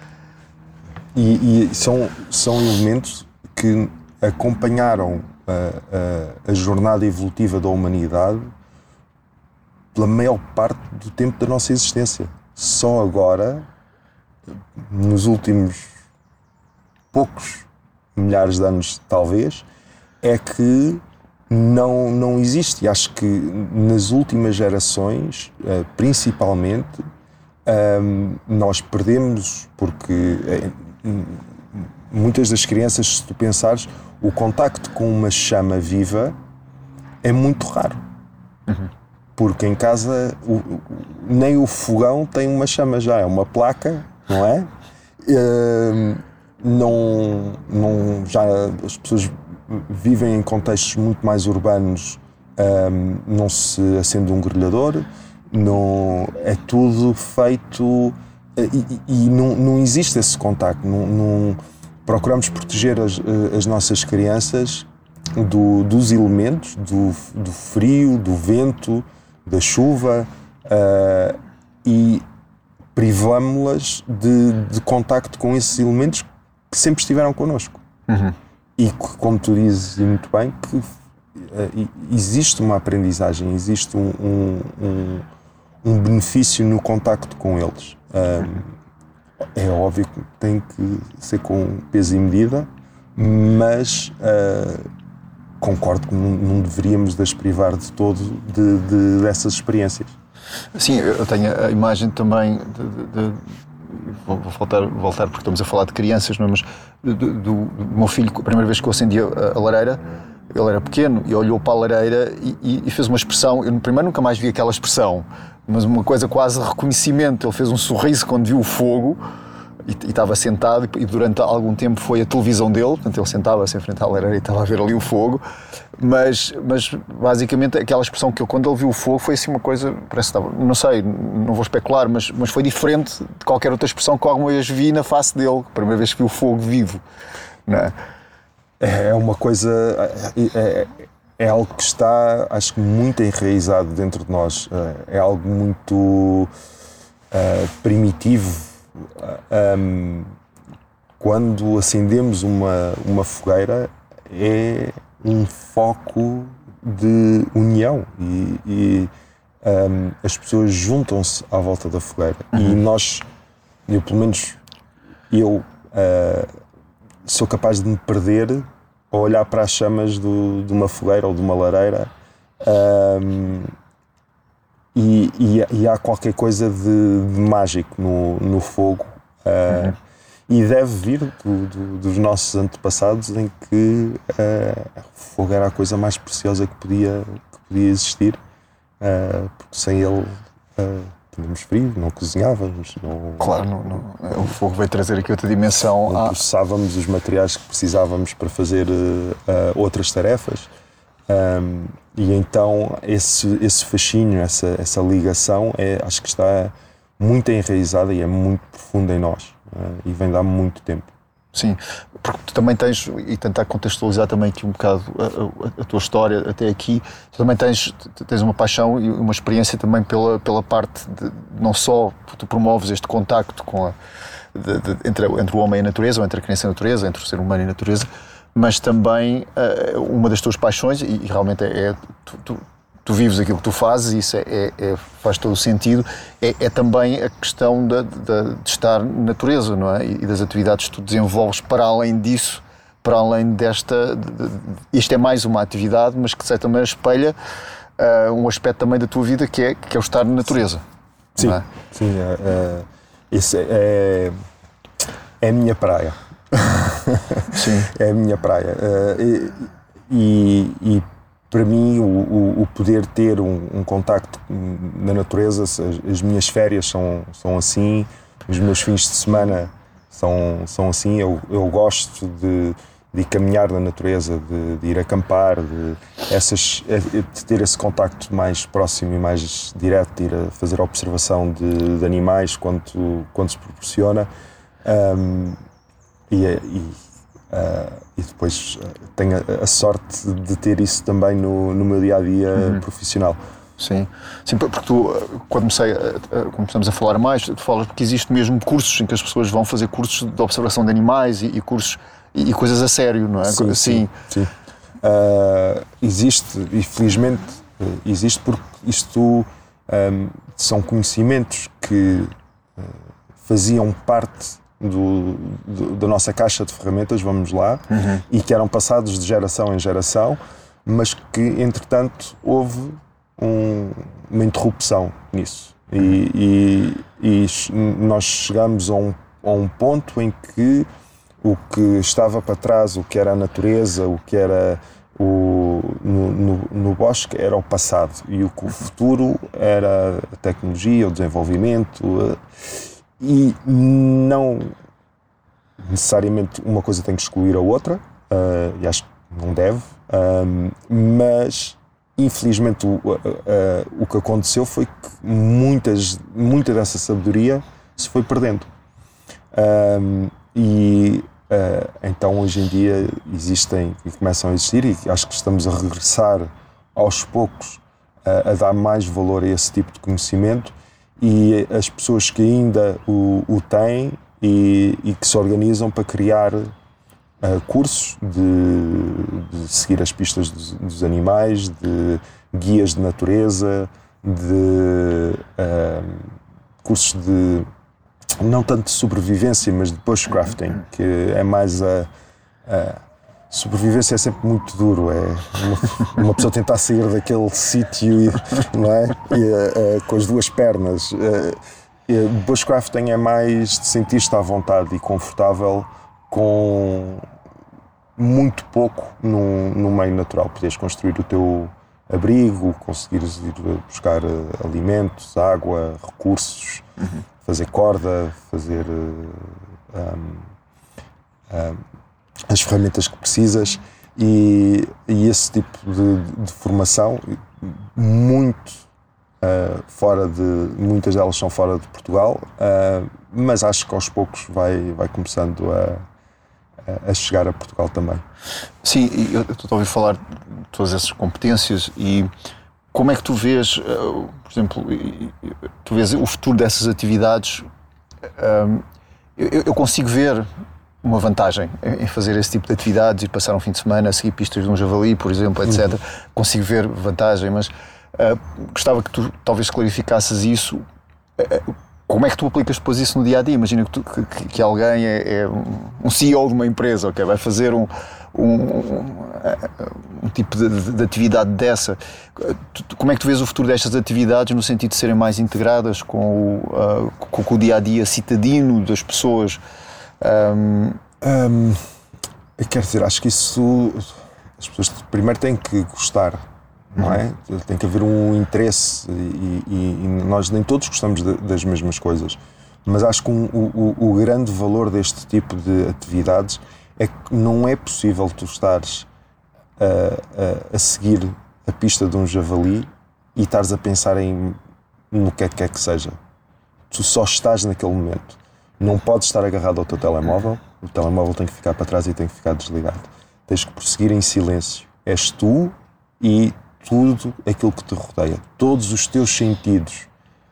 E são elementos que acompanharam a jornada evolutiva da humanidade pela maior parte do tempo da nossa existência. Só agora, nos últimos poucos milhares de anos, talvez, é que não existe. E acho que nas últimas gerações, principalmente, nós perdemos, porque muitas das crianças, se tu pensares, o contacto com uma chama viva é muito raro. Porque em casa nem o fogão tem uma chama, já é uma placa, não é? Já as pessoas vivem em contextos muito mais urbanos, não se acende um grelhador, não, é tudo feito e não existe esse contacto. Procuramos proteger as nossas crianças dos elementos, do frio, do vento, da chuva, e privamo-las de contacto com esses elementos que sempre estiveram connosco. E como tu dizes muito bem, que existe uma aprendizagem, existe um benefício no contacto com eles. É óbvio que tem que ser com peso e medida, mas concordo que não deveríamos das privar de todo dessas experiências. Sim, eu tenho a imagem também vou voltar porque estamos a falar de crianças, não é? Mas do meu filho, a primeira vez que eu acendi a lareira, ele era pequeno e olhou para a lareira e fez uma expressão. Eu primeiro nunca mais vi aquela expressão, mas uma coisa quase de reconhecimento. Ele fez um sorriso quando viu o fogo e estava sentado, e durante algum tempo foi a televisão dele, portanto ele sentava-se em frente à lareira e estava a ver ali o fogo, Mas basicamente aquela expressão que eu, quando ele viu o fogo, foi assim uma coisa, parece que estava, não sei, não vou especular, mas foi diferente de qualquer outra expressão que alguma vez vi na face dele, a primeira vez que vi o fogo vivo, não é? É uma coisa, é algo que está, acho que, muito enraizado dentro de nós, é algo muito primitivo. Quando acendemos uma fogueira, é um foco de união e as pessoas juntam-se à volta da fogueira. E nós, pelo menos eu, sou capaz de me perder a olhar para as chamas de uma fogueira ou de uma lareira, e há qualquer coisa de mágico no fogo. E deve vir dos nossos antepassados, em que o fogo era a coisa mais preciosa que podia existir, porque sem ele tínhamos frio, não cozinhávamos. Claro, o fogo veio trazer aqui outra dimensão. Não processávamos os materiais que precisávamos para fazer outras tarefas. E então esse fascínio, essa ligação, acho que está muito enraizada e é muito profunda em nós. E vem de há muito tempo. Sim, porque tu também tens, e tentar contextualizar também aqui um bocado a tua história até aqui, tu também tens uma paixão e uma experiência também pela parte de, não só tu promoves este contacto com entre o homem e a natureza, ou entre a criança e a natureza, entre o ser humano e a natureza, mas também uma das tuas paixões, e realmente tu vives aquilo que tu fazes, e isso faz todo o sentido, é também a questão de estar na natureza, não é? E das atividades que tu desenvolves para além disso, para além desta... Isto é mais uma atividade, mas que de certa maneira espelha um aspecto também da tua vida, que é o estar na natureza. Sim, não é? Sim, isso é a minha praia. Sim. É a minha praia. E para mim, o poder ter um contacto na natureza, as minhas férias são assim, os meus fins de semana são assim. Eu gosto de caminhar na natureza, de ir acampar, de ter esse contacto mais próximo e mais direto, de ir a fazer a observação de animais quando se proporciona. E depois tenho a sorte de ter isso também no meu dia-a-dia profissional. Sim, porque tu, quando começamos a falar mais, tu falas que existe mesmo cursos em que as pessoas vão fazer cursos de observação de animais e cursos e coisas a sério, não é? Sim. Existe, e felizmente existe, porque isto são conhecimentos que faziam parte da nossa caixa de ferramentas, vamos lá, e que eram passados de geração em geração, mas que, entretanto, houve uma interrupção nisso. E nós chegamos a um ponto em que o que estava para trás, o que era a natureza, o que era no bosque, era o passado, e o que o futuro era a tecnologia, o desenvolvimento. E não necessariamente uma coisa tem que excluir a outra, e acho que não deve, mas infelizmente o que aconteceu foi que muita dessa sabedoria se foi perdendo. Então hoje em dia existem e começam a existir, e acho que estamos a regressar aos poucos a dar mais valor a esse tipo de conhecimento. E as pessoas que ainda o têm e que se organizam para criar cursos de seguir as pistas dos animais, de guias de natureza, de cursos de, não tanto de sobrevivência, mas de bushcrafting, que é mais sobrevivência é sempre muito duro, é uma pessoa tentar sair daquele sítio, não é? Com as duas pernas. Bushcrafting é mais de sentir-te à vontade e confortável com muito pouco no meio natural. Poderes construir o teu abrigo, conseguires ir buscar alimentos, água, recursos, fazer corda, fazer as ferramentas que precisas, E esse tipo de formação, muito fora de... Muitas delas são fora de Portugal, mas acho que aos poucos vai começando a chegar a Portugal também. Sim, eu estou a ouvir falar de todas essas competências e como é que tu vês, por exemplo, tu vês o futuro dessas atividades? Eu consigo ver uma vantagem em fazer esse tipo de atividades e passar um fim de semana a seguir pistas de um javali, por exemplo, etc. Consigo ver vantagem, mas gostava que tu talvez clarificasses isso. Como é que tu aplicas depois isso no dia-a-dia? Imagina que alguém é um CEO de uma empresa, okay? Vai fazer um tipo de atividade dessa. Como é que tu vês o futuro destas atividades no sentido de serem mais integradas com o dia-a-dia citadino das pessoas? Quer dizer, acho que isso as pessoas primeiro têm que gostar, não é? Tem que haver um interesse e nós nem todos gostamos das mesmas coisas, mas acho que o grande valor deste tipo de atividades é que não é possível tu estares a seguir a pista de um javali e estares a pensar no que quer que seja. Tu só estás naquele momento. Não podes estar agarrado ao teu telemóvel, o telemóvel tem que ficar para trás e tem que ficar desligado. Tens que prosseguir em silêncio. És tu e tudo aquilo que te rodeia. Todos os teus sentidos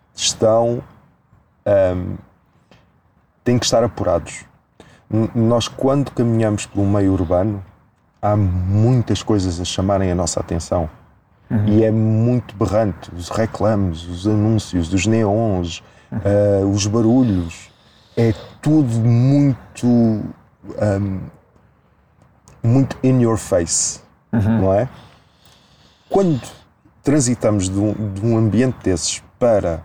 têm que estar apurados. Nós, quando caminhamos pelo meio urbano, há muitas coisas a chamarem a nossa atenção. E é muito berrante. Os reclames, os anúncios, os neons, os barulhos. É tudo muito in your face, não é? Quando transitamos de um ambiente desses para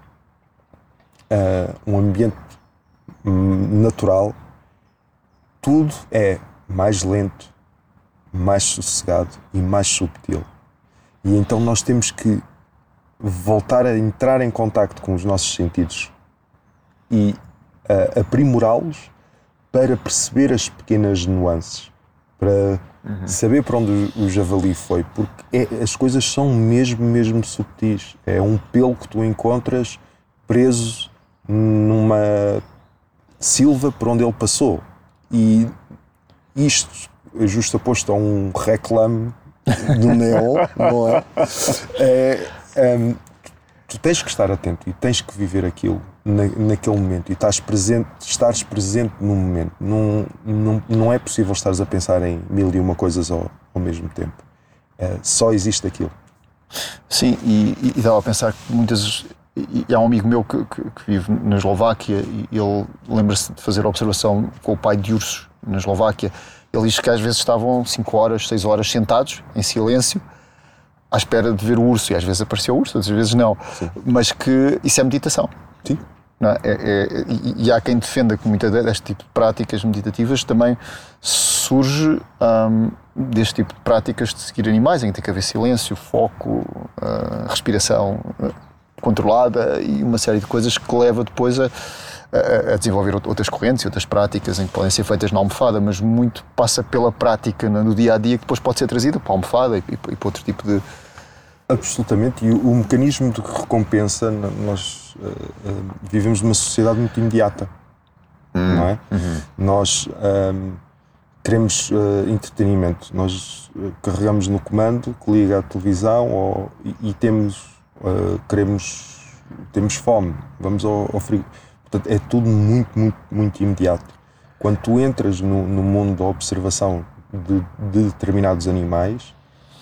um ambiente natural, tudo é mais lento, mais sossegado e mais subtil. E então nós temos que voltar a entrar em contacto com os nossos sentidos e aprimorá-los para perceber as pequenas nuances, para saber para onde o javali foi, porque as coisas são mesmo subtis. É um pelo que tu encontras preso numa silva por onde ele passou. E isto é justaposto a um reclame do neon, não é? Tu tens que estar atento e tens que viver aquilo naquele momento e estares presente no momento. Não é possível estares a pensar em 1001 coisas ao mesmo tempo. Só existe aquilo. Sim, e dava a pensar que muitas... E há um amigo meu que vive na Eslováquia e ele lembra-se de fazer observação com o pai de ursos na Eslováquia. Ele diz que às vezes estavam 5 horas, 6 horas sentados, em silêncio, à espera de ver o urso, e às vezes apareceu o urso, outras vezes não. Sim. Mas que isso é meditação. Sim. Não é? E há quem defenda que muitas deste tipo de práticas meditativas também surge deste tipo de práticas de seguir animais, em que tem que haver silêncio, foco, respiração controlada e uma série de coisas que leva depois a desenvolver outras correntes e outras práticas em que podem ser feitas na almofada, mas muito passa pela prática no dia-a-dia que depois pode ser trazida para a almofada e para outro tipo de... Absolutamente, e o mecanismo de recompensa, nós vivemos numa sociedade muito imediata, não é? Nós queremos entretenimento, nós carregamos no comando que liga a televisão e temos fome, vamos ao frigo. Portanto, é tudo muito imediato. Quando tu entras no mundo da observação de determinados animais,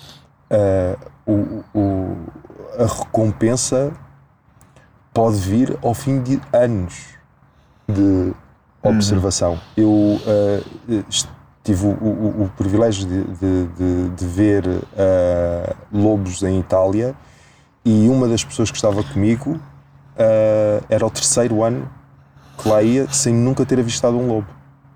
a recompensa pode vir ao fim de anos de observação. Eu tive o privilégio de ver lobos em Itália, e uma das pessoas que estava comigo era o 3º ano que lá ia sem nunca ter avistado um lobo.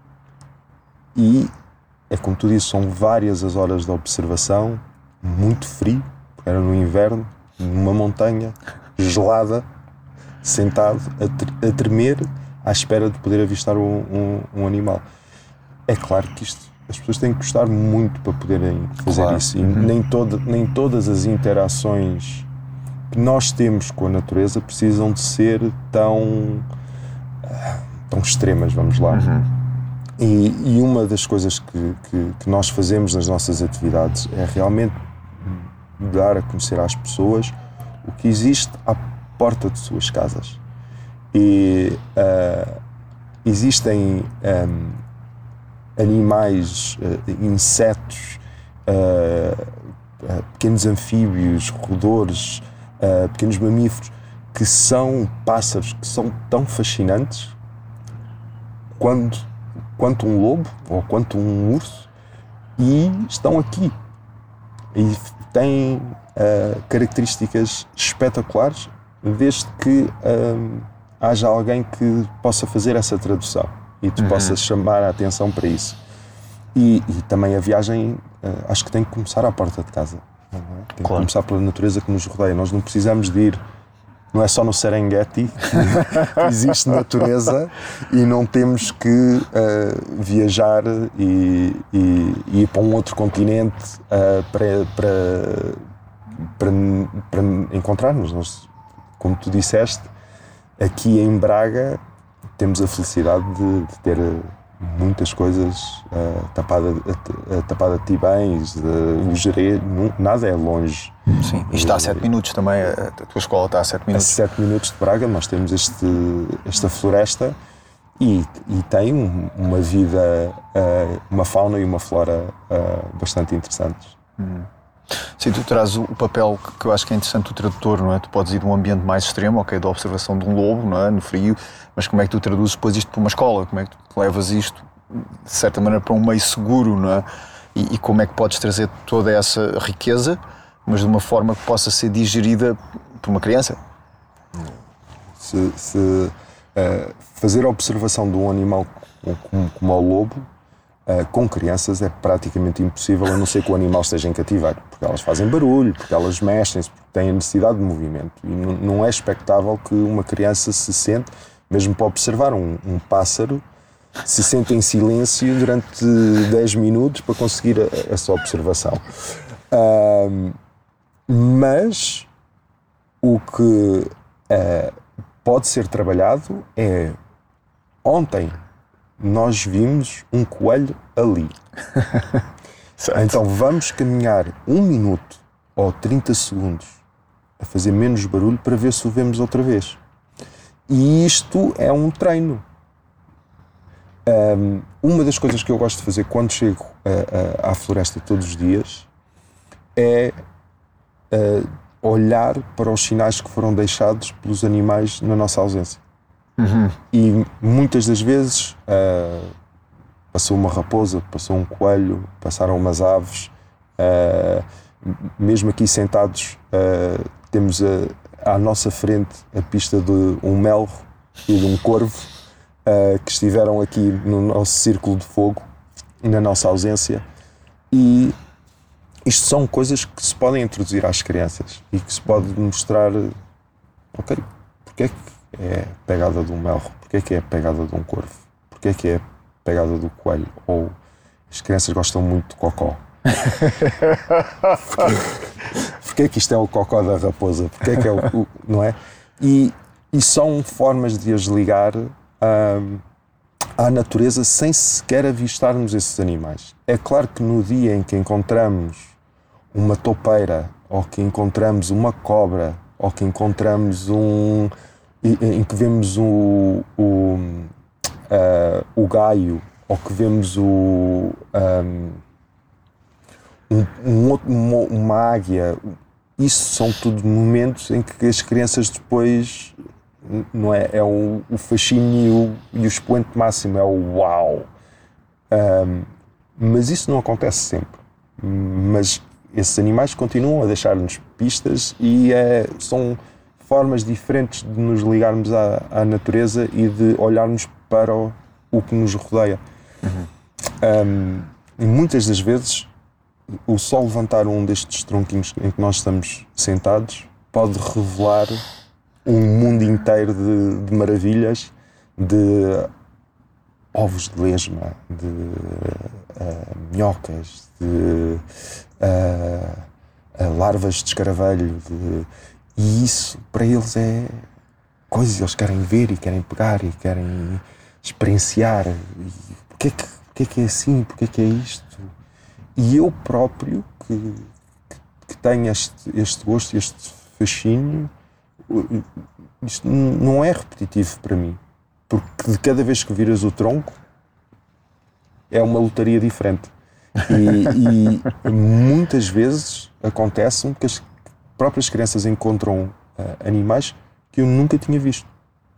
E é como tu dizes, são várias as horas de observação, muito frio, porque era no inverno, numa montanha gelada, sentado a tremer à espera de poder avistar um animal. É claro que isto as pessoas têm que gostar muito para poderem fazer isso. E nem todas as interações que nós temos com a natureza precisam de ser tão extremas, vamos lá. E uma das coisas que nós fazemos nas nossas atividades é realmente dar a conhecer às pessoas o que existe à porta de suas casas. E existem animais, insetos, pequenos anfíbios, roedores, pequenos mamíferos, que são pássaros que são tão fascinantes quanto um lobo ou quanto um urso, e estão aqui e têm características espetaculares, desde que haja alguém que possa fazer essa tradução e te possa chamar a atenção para isso. E também a viagem acho que tem que começar à porta de casa. Tem que começar pela natureza que nos rodeia. Nós não precisamos de ir, não é só no Serengeti que existe natureza, e não temos que viajar e ir para um outro continente para encontrarmos. Nós, como tu disseste, aqui em Braga temos a felicidade de ter muitas coisas tapada de Tibães, o Gerês, nada é longe. Sim, e está a 7 minutos também, a tua escola está a 7 minutos. A 7 minutos de Braga nós temos esta floresta e tem uma vida, uma fauna e uma flora bastante interessantes. Sim, tu trazes o papel que eu acho que é interessante do tradutor, não é? Tu podes ir de um ambiente mais extremo, ok, da observação de um lobo, não é? No frio, mas como é que tu traduzes depois isto para uma escola? Como é que tu levas isto, de certa maneira, para um meio seguro, não é? E como é que podes trazer toda essa riqueza, mas de uma forma que possa ser digerida por uma criança? Fazer a observação de um animal como o lobo com crianças é praticamente impossível, a não ser que o animal esteja em cativeiro, porque elas fazem barulho, porque elas mexem-se, porque têm a necessidade de movimento, e não é expectável que uma criança se sente, mesmo para observar um pássaro, se sente em silêncio durante 10 minutos para conseguir essa observação. Mas o que pode ser trabalhado é: ontem nós vimos um coelho ali. Então vamos caminhar 1 minuto ou 30 segundos a fazer menos barulho para ver se o vemos outra vez. E isto é um treino. Uma das coisas que eu gosto de fazer quando chego à floresta todos os dias é olhar para os sinais que foram deixados pelos animais na nossa ausência. E muitas das vezes passou uma raposa, passou um coelho, passaram umas aves, mesmo aqui sentados temos à nossa frente a pista de um melro e de um corvo que estiveram aqui no nosso círculo de fogo, na nossa ausência, e isto são coisas que se podem introduzir às crianças e que se pode mostrar, ok, porque é que é a pegada de um melro, porque é que é a pegada de um corvo, porque é que é a pegada do coelho, ou as crianças gostam muito de cocó. Porque é que isto é o cocó da raposa, porque é que é o não é? E são formas de as ligar à natureza sem sequer avistarmos esses animais. É claro que no dia em que encontramos uma toupeira, ou que encontramos uma cobra, ou que encontramos em que vemos o gaio, ou que vemos uma águia, isso são tudo momentos em que as crianças depois, não é? É o fascínio e o expoente máximo, é o uau. Mas isso não acontece sempre. Mas esses animais continuam a deixar-nos pistas e são formas diferentes de nos ligarmos à natureza e de olharmos para o que nos rodeia. E muitas das vezes o só levantar um destes tronquinhos em que nós estamos sentados pode revelar um mundo inteiro de maravilhas, de ovos de lesma, de minhocas, de larvas de escaravelho, e isso para eles é coisas, eles querem ver e querem pegar e querem experienciar. E porque é que é assim? Porque é que é isto? E eu próprio, que tenho este gosto, este fascínio, isto não é repetitivo para mim, porque de cada vez que viras o tronco é uma lotaria diferente. E muitas vezes acontece-me que as próprias crianças encontram animais que eu nunca tinha visto.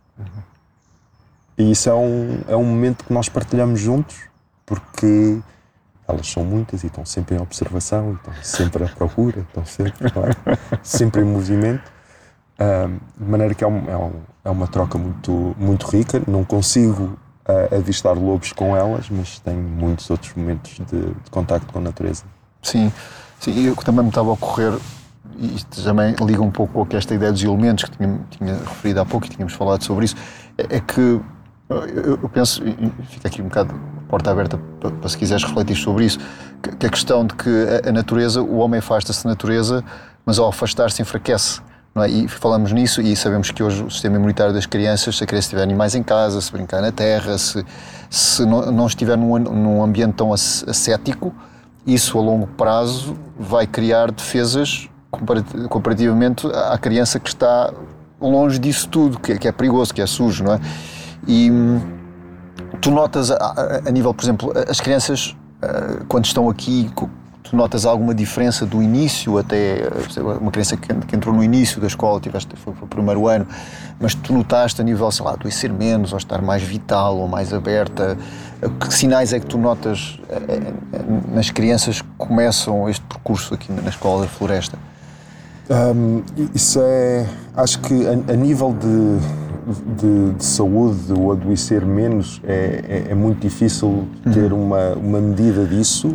E isso é um momento que nós partilhamos juntos, porque elas são muitas e estão sempre em observação, estão sempre à procura, estão sempre em movimento, de maneira que é uma troca muito, muito rica. Não consigo avistar lobos com elas, mas tenho muitos outros momentos de contacto com a natureza. Sim, eu também me estava a ocorrer, e isto também liga um pouco com esta ideia dos elementos que tinha referido há pouco e tínhamos falado sobre isso, é que eu penso, e fica aqui um bocado a porta aberta para se quiseres refletir sobre isso, que a questão de que a natureza, o homem afasta-se da natureza, mas ao afastar-se enfraquece. Não é? E falamos nisso e sabemos que hoje o sistema imunitário das crianças, se a criança tiver animais em casa, se brincar na terra, se não estiver num ambiente tão ascético, isso a longo prazo vai criar defesas comparativamente à criança que está longe disso tudo, que é perigoso, que é sujo, não é? E tu notas a nível, por exemplo, as crianças quando estão aqui, tu notas alguma diferença do início até uma criança que entrou no início da escola, foi para o primeiro ano, mas tu notaste a nível, sei lá, do ser menos, ou estar mais vital, ou mais aberta? Que sinais é que tu notas nas crianças que começam este percurso aqui na Escola da Floresta? Isso acho que a nível de saúde, o adoecer menos, é muito difícil ter uma medida disso.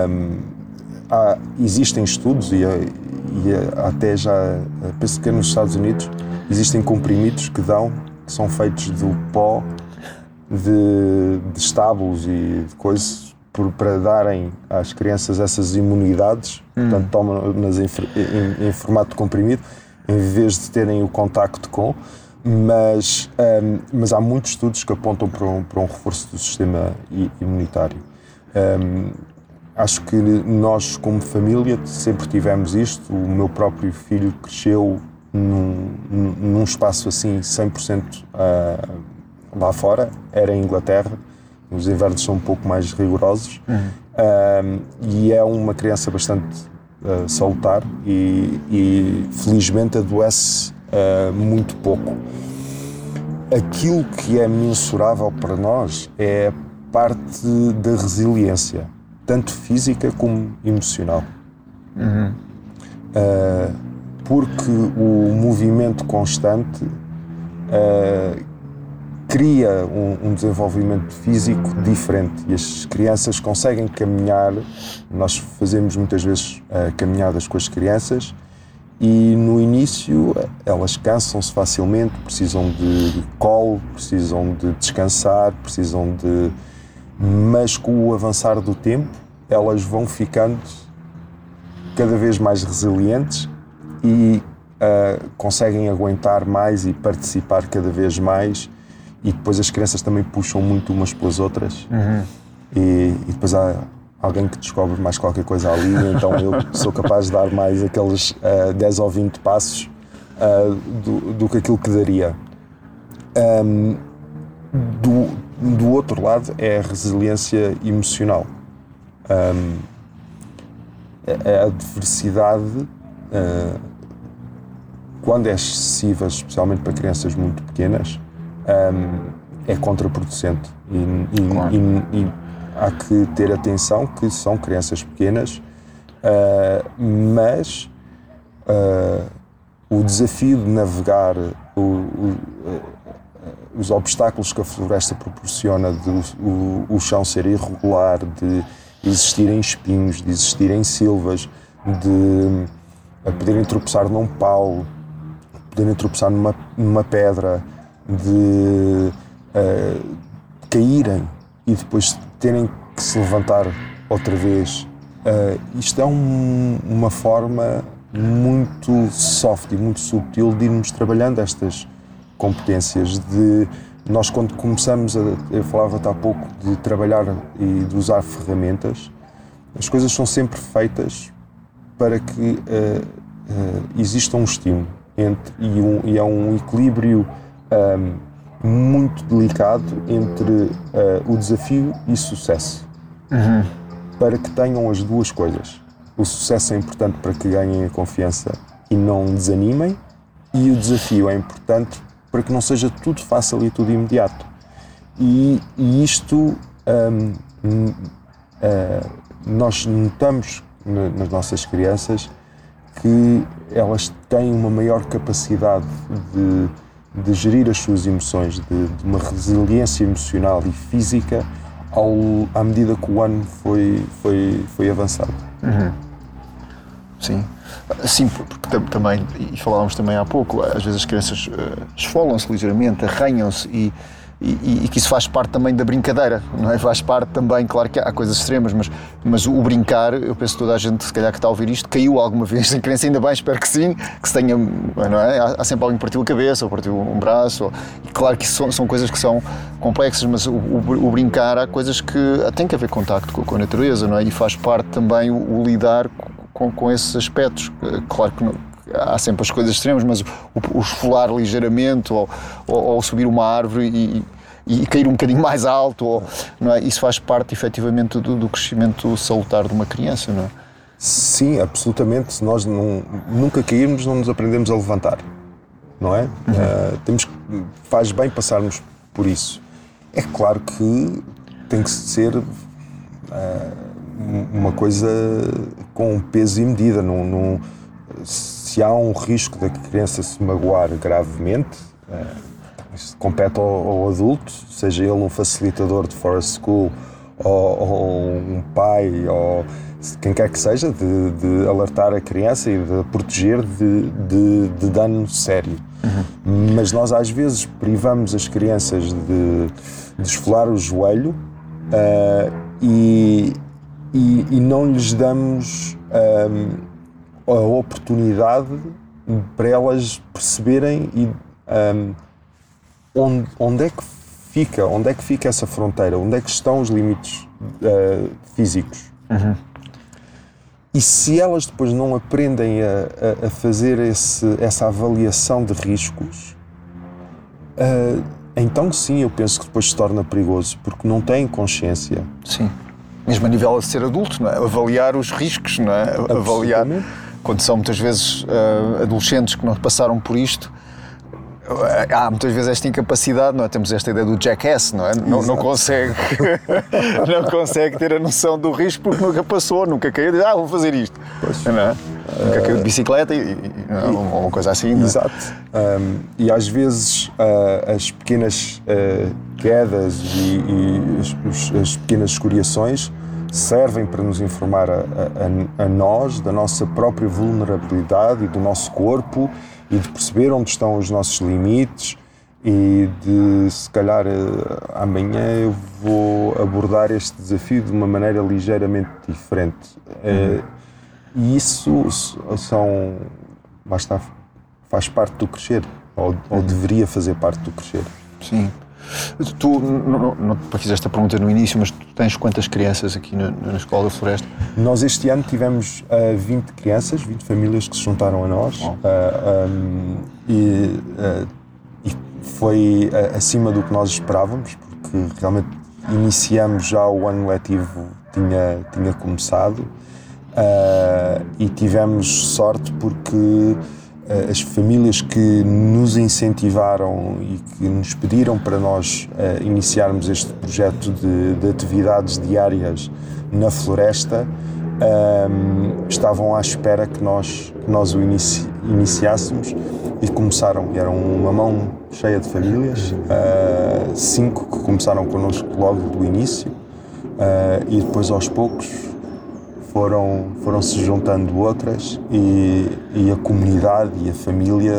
Existem estudos e até já, penso que nos Estados Unidos, existem comprimidos que são feitos do pó de estábulos e de coisas para darem às crianças essas imunidades, portanto tomam-nas em formato de comprimido, em vez de terem o contacto com, mas há muitos estudos que apontam para um reforço do sistema imunitário. Acho que nós, como família, sempre tivemos isto. O meu próprio filho cresceu num espaço assim 100% lá fora, era em Inglaterra. Os invernos são um pouco mais rigorosos, e é uma criança bastante salutar e felizmente adoece muito pouco. Aquilo que é mensurável para nós é a parte da resiliência, tanto física como emocional. Porque o movimento constante cria um desenvolvimento físico diferente e as crianças conseguem caminhar. Nós fazemos muitas vezes caminhadas com as crianças e no início elas cansam-se facilmente, precisam de colo, precisam de descansar, mas com o avançar do tempo elas vão ficando cada vez mais resilientes e conseguem aguentar mais e participar cada vez mais. E depois as crianças também puxam muito umas pelas outras. E depois há alguém que descobre mais qualquer coisa ali, então eu sou capaz de dar mais aqueles 10 ou 20 passos do que aquilo que daria. Do outro lado é a resiliência emocional. A adversidade, quando é excessiva, especialmente para crianças muito pequenas, é contraproducente e há que ter atenção que são crianças pequenas, mas o desafio de navegar os obstáculos que a floresta proporciona, o chão ser irregular, de existirem espinhos, de existirem silvas, de poderem tropeçar num pau, poderem tropeçar numa pedra, de caírem e depois terem que se levantar outra vez. Isto é uma forma muito soft e muito subtil de irmos trabalhando estas competências. De nós, quando começamos eu falava-te há pouco de trabalhar e de usar ferramentas, as coisas são sempre feitas para que exista um estímulo e é um equilíbrio muito delicado entre o desafio e o sucesso. Para que tenham as duas coisas. O sucesso é importante para que ganhem a confiança e não desanimem, e o desafio é importante para que não seja tudo fácil e tudo imediato. E isto nós notamos nas nossas crianças que elas têm uma maior capacidade de gerir as suas emoções, de uma resiliência emocional e física à medida que o ano foi avançado. Sim. Sim, porque também, e falávamos também há pouco, às vezes as crianças esfolam-se ligeiramente, arranham-se e que isso faz parte também da brincadeira, não é? Faz parte também, claro que há coisas extremas, mas o brincar, eu penso que toda a gente, se calhar que está a ouvir isto, caiu alguma vez em criança, ainda bem, espero que sim, que se tenha, não é? Há sempre alguém que partiu a cabeça, ou partiu um braço, e claro que isso são coisas que são complexas, mas o brincar, há coisas que tem que haver contacto com a natureza, não é? E faz parte também o lidar com esses aspectos. Claro que há sempre as coisas extremas, mas o esfolar ligeiramente ou subir uma árvore e cair um bocadinho mais alto, não é? Isso faz parte efetivamente do crescimento salutar de uma criança, não é? Sim, absolutamente. Se nós nunca cairmos, não nos aprendemos a levantar, não é? Faz bem passarmos por isso. É claro que tem que ser uma coisa com peso e medida. Se há um risco da criança se magoar gravemente, isso compete ao adulto, seja ele um facilitador de forest school ou um pai ou quem quer que seja, de alertar a criança e de proteger de dano sério. Mas nós às vezes privamos as crianças de esfolar o joelho e não lhes damos a oportunidade para elas perceberem onde é que fica essa fronteira, onde é que estão os limites físicos. E se elas depois não aprendem a fazer essa avaliação de riscos, então sim, eu penso que depois se torna perigoso, porque não têm consciência. Sim. Mesmo a nível de ser adulto, não é? Avaliar os riscos, não é? Avaliar, quando são muitas vezes adolescentes que não passaram por isto, há muitas vezes esta incapacidade, não é? Temos esta ideia do jackass, não é? Não consegue não consegue ter a noção do risco porque nunca passou, nunca caiu e diz, vou fazer isto. Não é? Nunca caiu de bicicleta ou uma coisa assim, não é? Exato. E às vezes as pequenas quedas e as pequenas escoriações servem para nos informar a nós da nossa própria vulnerabilidade e do nosso corpo e de perceber onde estão os nossos limites e de, se calhar, amanhã eu vou abordar este desafio de uma maneira ligeiramente diferente. E isso faz parte do crescer, ou deveria fazer parte do crescer. Sim. Tu não fizeste a pergunta no início, mas tu tens quantas crianças aqui na Escola da Floresta? Nós este ano tivemos 20 crianças, 20 famílias que se juntaram a nós. E foi acima do que nós esperávamos, porque realmente iniciamos já o ano letivo, tinha começado, e tivemos sorte porque as famílias que nos incentivaram e que nos pediram para nós iniciarmos este projeto de atividades diárias na floresta estavam à espera que nós o iniciássemos e começaram. Eram uma mão cheia de famílias, 5 que começaram connosco logo do início e depois aos poucos foram se juntando outras e a comunidade e a família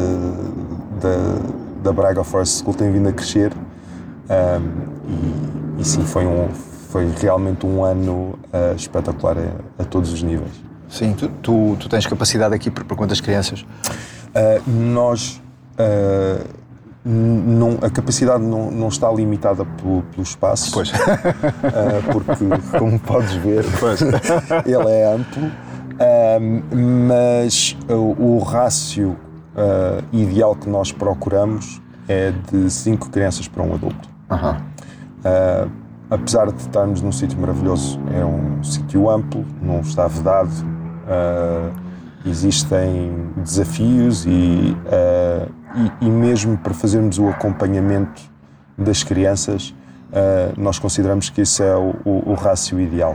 da Braga Forest School tem vindo a crescer E sim, foi realmente um ano espetacular a todos os níveis. Sim, tu tens capacidade aqui para quantas crianças? A capacidade não está limitada pelo espaço, Pois. Porque, como podes ver, ele é amplo, mas o rácio ideal que nós procuramos é de 5 crianças para um adulto. Apesar de estarmos num sítio maravilhoso, é um sítio amplo, não está vedado, existem desafios e mesmo para fazermos o acompanhamento das crianças, nós consideramos que esse é o rácio ideal.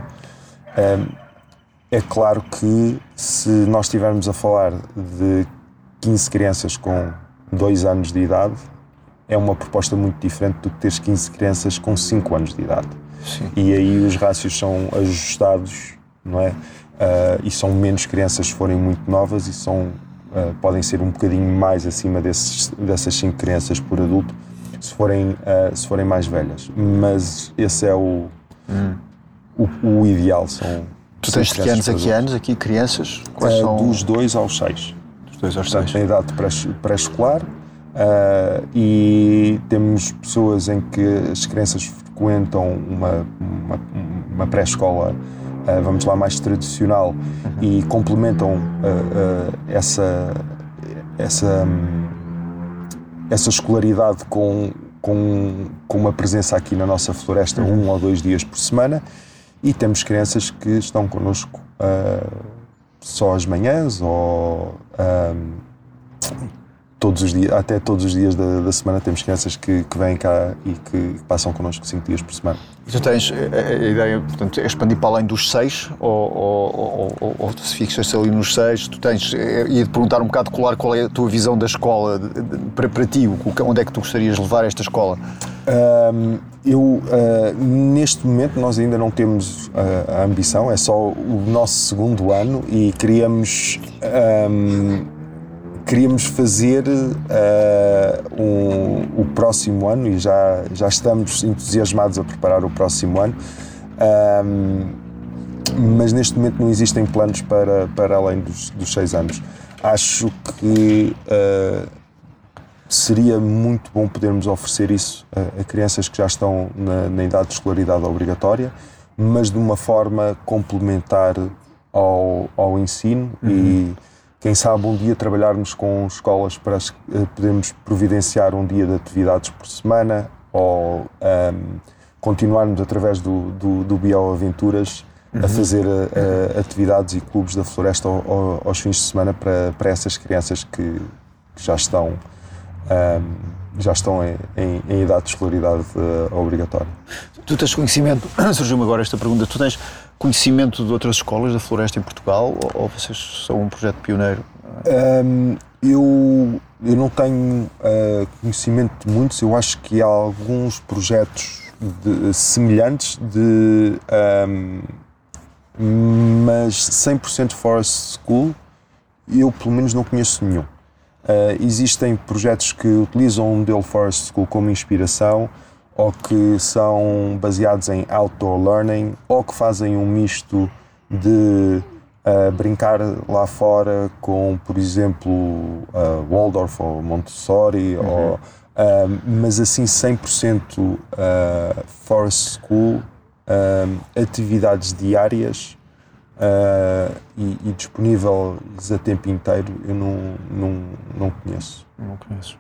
É claro que se nós estivermos a falar de 15 crianças com 2 anos de idade, é uma proposta muito diferente do que teres 15 crianças com 5 anos de idade. Sim. E aí os rácios são ajustados, não é? E são menos crianças se forem muito novas e podem ser um bocadinho mais acima dessas 5 crianças por adulto se forem mais velhas. Mas esse é o ideal. Tu tens de que anos a que anos aqui, crianças? Quais são? Dos 2 aos 6. Dos 2 aos 6. Portanto, na idade pré-escolar. E temos pessoas em que as crianças frequentam uma pré-escola, vamos lá, mais tradicional, e complementam essa escolaridade com uma presença aqui na nossa floresta 1 ou 2 dias por semana, e temos crianças que estão connosco só às manhãs ou todos os dias, até todos os dias da semana temos crianças que vêm cá e que passam connosco 5 dias por semana. E tu tens a ideia, portanto, é expandir para além dos 6 ou se fixas ali nos 6? Tu tens, ia-te perguntar um bocado, qual é a tua visão da escola para ti, onde é que tu gostarias de levar esta escola? Neste momento nós ainda não temos a ambição, é só o nosso 2º ano e queríamos fazer o próximo ano e já estamos entusiasmados a preparar o próximo ano, mas neste momento não existem planos para além dos 6 anos. Acho que seria muito bom podermos oferecer isso a crianças que já estão na idade de escolaridade obrigatória, mas de uma forma complementar ao ensino. E quem sabe um dia trabalharmos com escolas para podermos providenciar um dia de atividades por semana, ou continuarmos através do Bioaventuras a fazer atividades e clubes da floresta aos fins de semana para essas crianças que já estão em idade de escolaridade obrigatória. Tu tens conhecimento, surgiu-me agora esta pergunta, tu tens conhecimento de outras escolas da floresta em Portugal ou vocês são um projeto pioneiro? Eu não tenho conhecimento de muitos, eu acho que há alguns projetos semelhantes, mas 100% Forest School eu pelo menos não conheço nenhum. Existem projetos que utilizam o modelo Forest School como inspiração, ou que são baseados em outdoor learning, ou que fazem um misto de brincar lá fora com, por exemplo, Waldorf ou Montessori, mas assim 100% Forest School, atividades diárias e disponíveis a tempo inteiro, eu não conheço. Não conheço.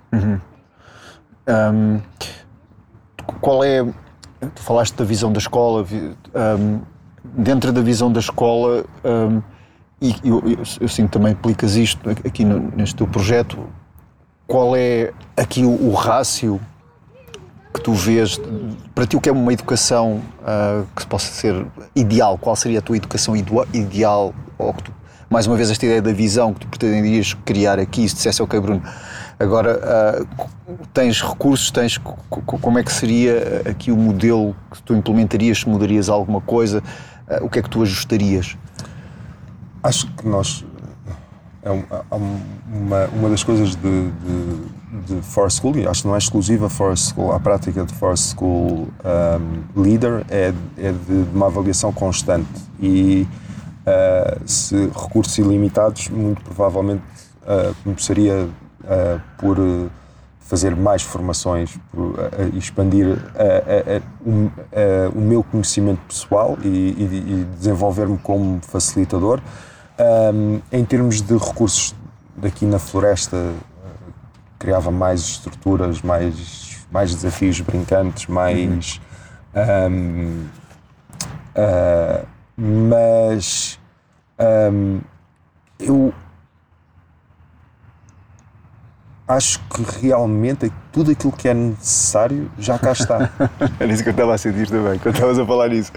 Qual é, tu falaste da visão da escola, dentro da visão da escola, e eu sinto também aplicas isto aqui neste teu projeto, qual é aqui o rácio que tu vês, para ti o que é uma educação que possa ser ideal? Qual seria a tua educação ideal? Ou que tu, mais uma vez esta ideia da visão que tu pretenderias criar aqui, se dissesse, ok Bruno, agora tens recursos, como é que seria aqui o modelo que tu implementarias, se mudarias alguma coisa, o que é que tu ajustarias? Acho que nós, uma das coisas de Forest School, e acho que não é exclusiva Forest School, a prática de Forest School Leader é de uma avaliação constante e se recursos ilimitados, muito provavelmente começaria por fazer mais formações, por expandir o meu conhecimento pessoal e desenvolver-me como facilitador. Em termos de recursos daqui na floresta, criava mais estruturas, mais desafios brincantes, mais... mas eu acho que realmente tudo aquilo que é necessário já cá está. Era isso que eu estava a sentir também, quando estavas a falar nisso.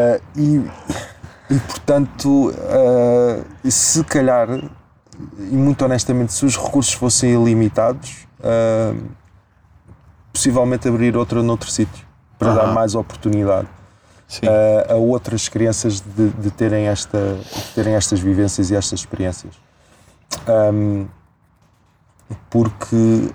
E portanto, se calhar, e muito honestamente, se os recursos fossem ilimitados, possivelmente abrir noutro sítio, para dar mais oportunidade a outras crianças de terem estas vivências e estas experiências. Porque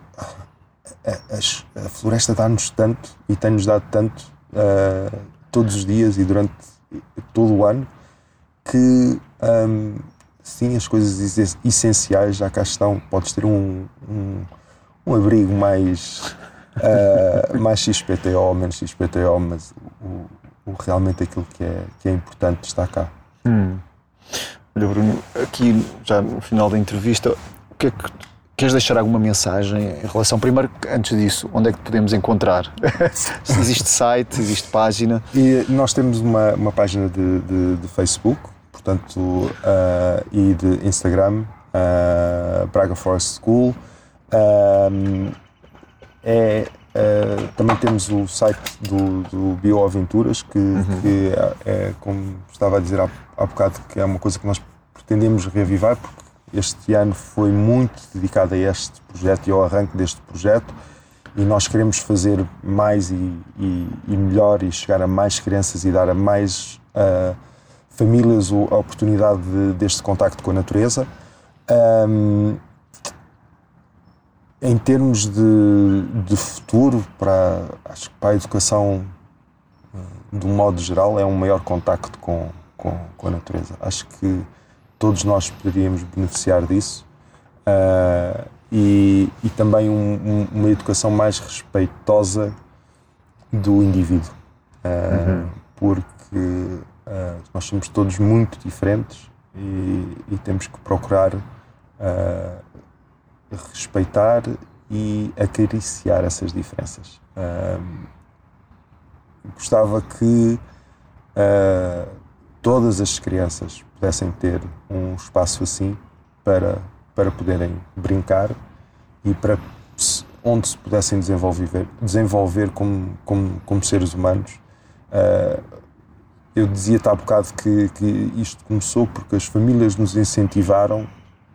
a floresta dá-nos tanto e tem-nos dado tanto todos os dias e durante todo o ano que sim, as coisas essenciais já cá estão. Podes ter um abrigo mais XPTO ou menos XPTO, mas realmente aquilo que é importante está cá. Olha, Bruno, aqui já no final da entrevista, o que é que queres deixar alguma mensagem em relação, primeiro, antes disso, onde é que te podemos encontrar? Se existe site, existe página? E nós temos uma página de Facebook, portanto, e de Instagram, Braga Forest School. Também temos o site do Bioaventuras, que é, como estava a dizer há bocado, que é uma coisa que nós pretendemos reavivar, porque este ano foi muito dedicado a este projeto e ao arranque deste projeto, e nós queremos fazer mais e melhor e chegar a mais crianças e dar a mais famílias a oportunidade deste contacto com a natureza. Em termos de futuro, acho que para a educação, de um modo geral, é um maior contacto com a natureza. Acho que todos nós poderíamos beneficiar disso e também uma educação mais respeitosa do indivíduo, porque nós somos todos muito diferentes e temos que procurar respeitar e acariciar essas diferenças. Gostava que todas as crianças pudessem ter um espaço assim para poderem brincar e onde se pudessem desenvolver como seres humanos. Eu dizia-te há bocado que isto começou porque as famílias nos incentivaram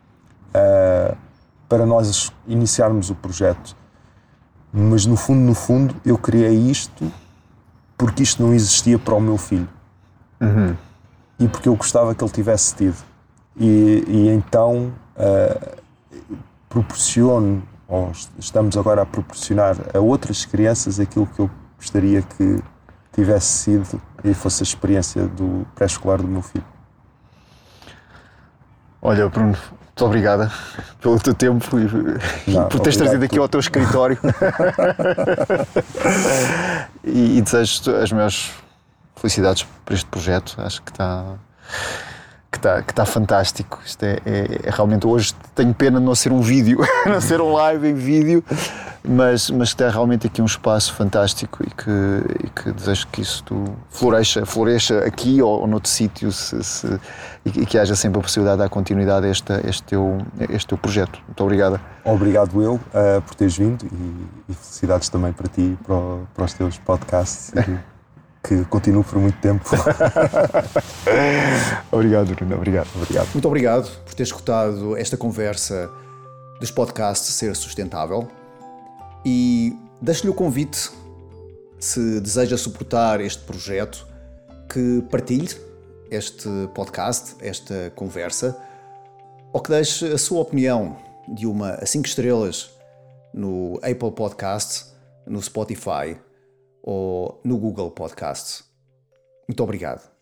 para nós iniciarmos o projeto. Mas no fundo, eu criei isto porque isto não existia para o meu filho. E porque eu gostava que ele tivesse tido. E então proporciono, ou estamos agora a proporcionar a outras crianças aquilo que eu gostaria que tivesse sido e fosse a experiência do pré-escolar do meu filho. Olha, Bruno, muito obrigada pelo teu tempo e por teres trazido aqui ao teu escritório. e desejo as maiores felicidades por este projeto. Acho que está fantástico. Isto é realmente, hoje tenho pena de não ser um vídeo, não ser um live em vídeo, mas tem realmente aqui um espaço fantástico e que desejo que isso floresça aqui ou noutro sítio e que haja sempre a possibilidade de dar continuidade a este teu projeto. Muito obrigado. Obrigado eu por teres vindo e felicidades também para ti, para os teus podcasts. Que continue por muito tempo. Obrigado, Bruno. Obrigado. Muito obrigado por ter escutado esta conversa dos podcasts Ser Sustentável. E deixo-lhe o convite, se deseja suportar este projeto, que partilhe este podcast, esta conversa, ou que deixe a sua opinião de 1 a 5 estrelas no Apple Podcasts, no Spotify ou no Google Podcasts. Muito obrigado.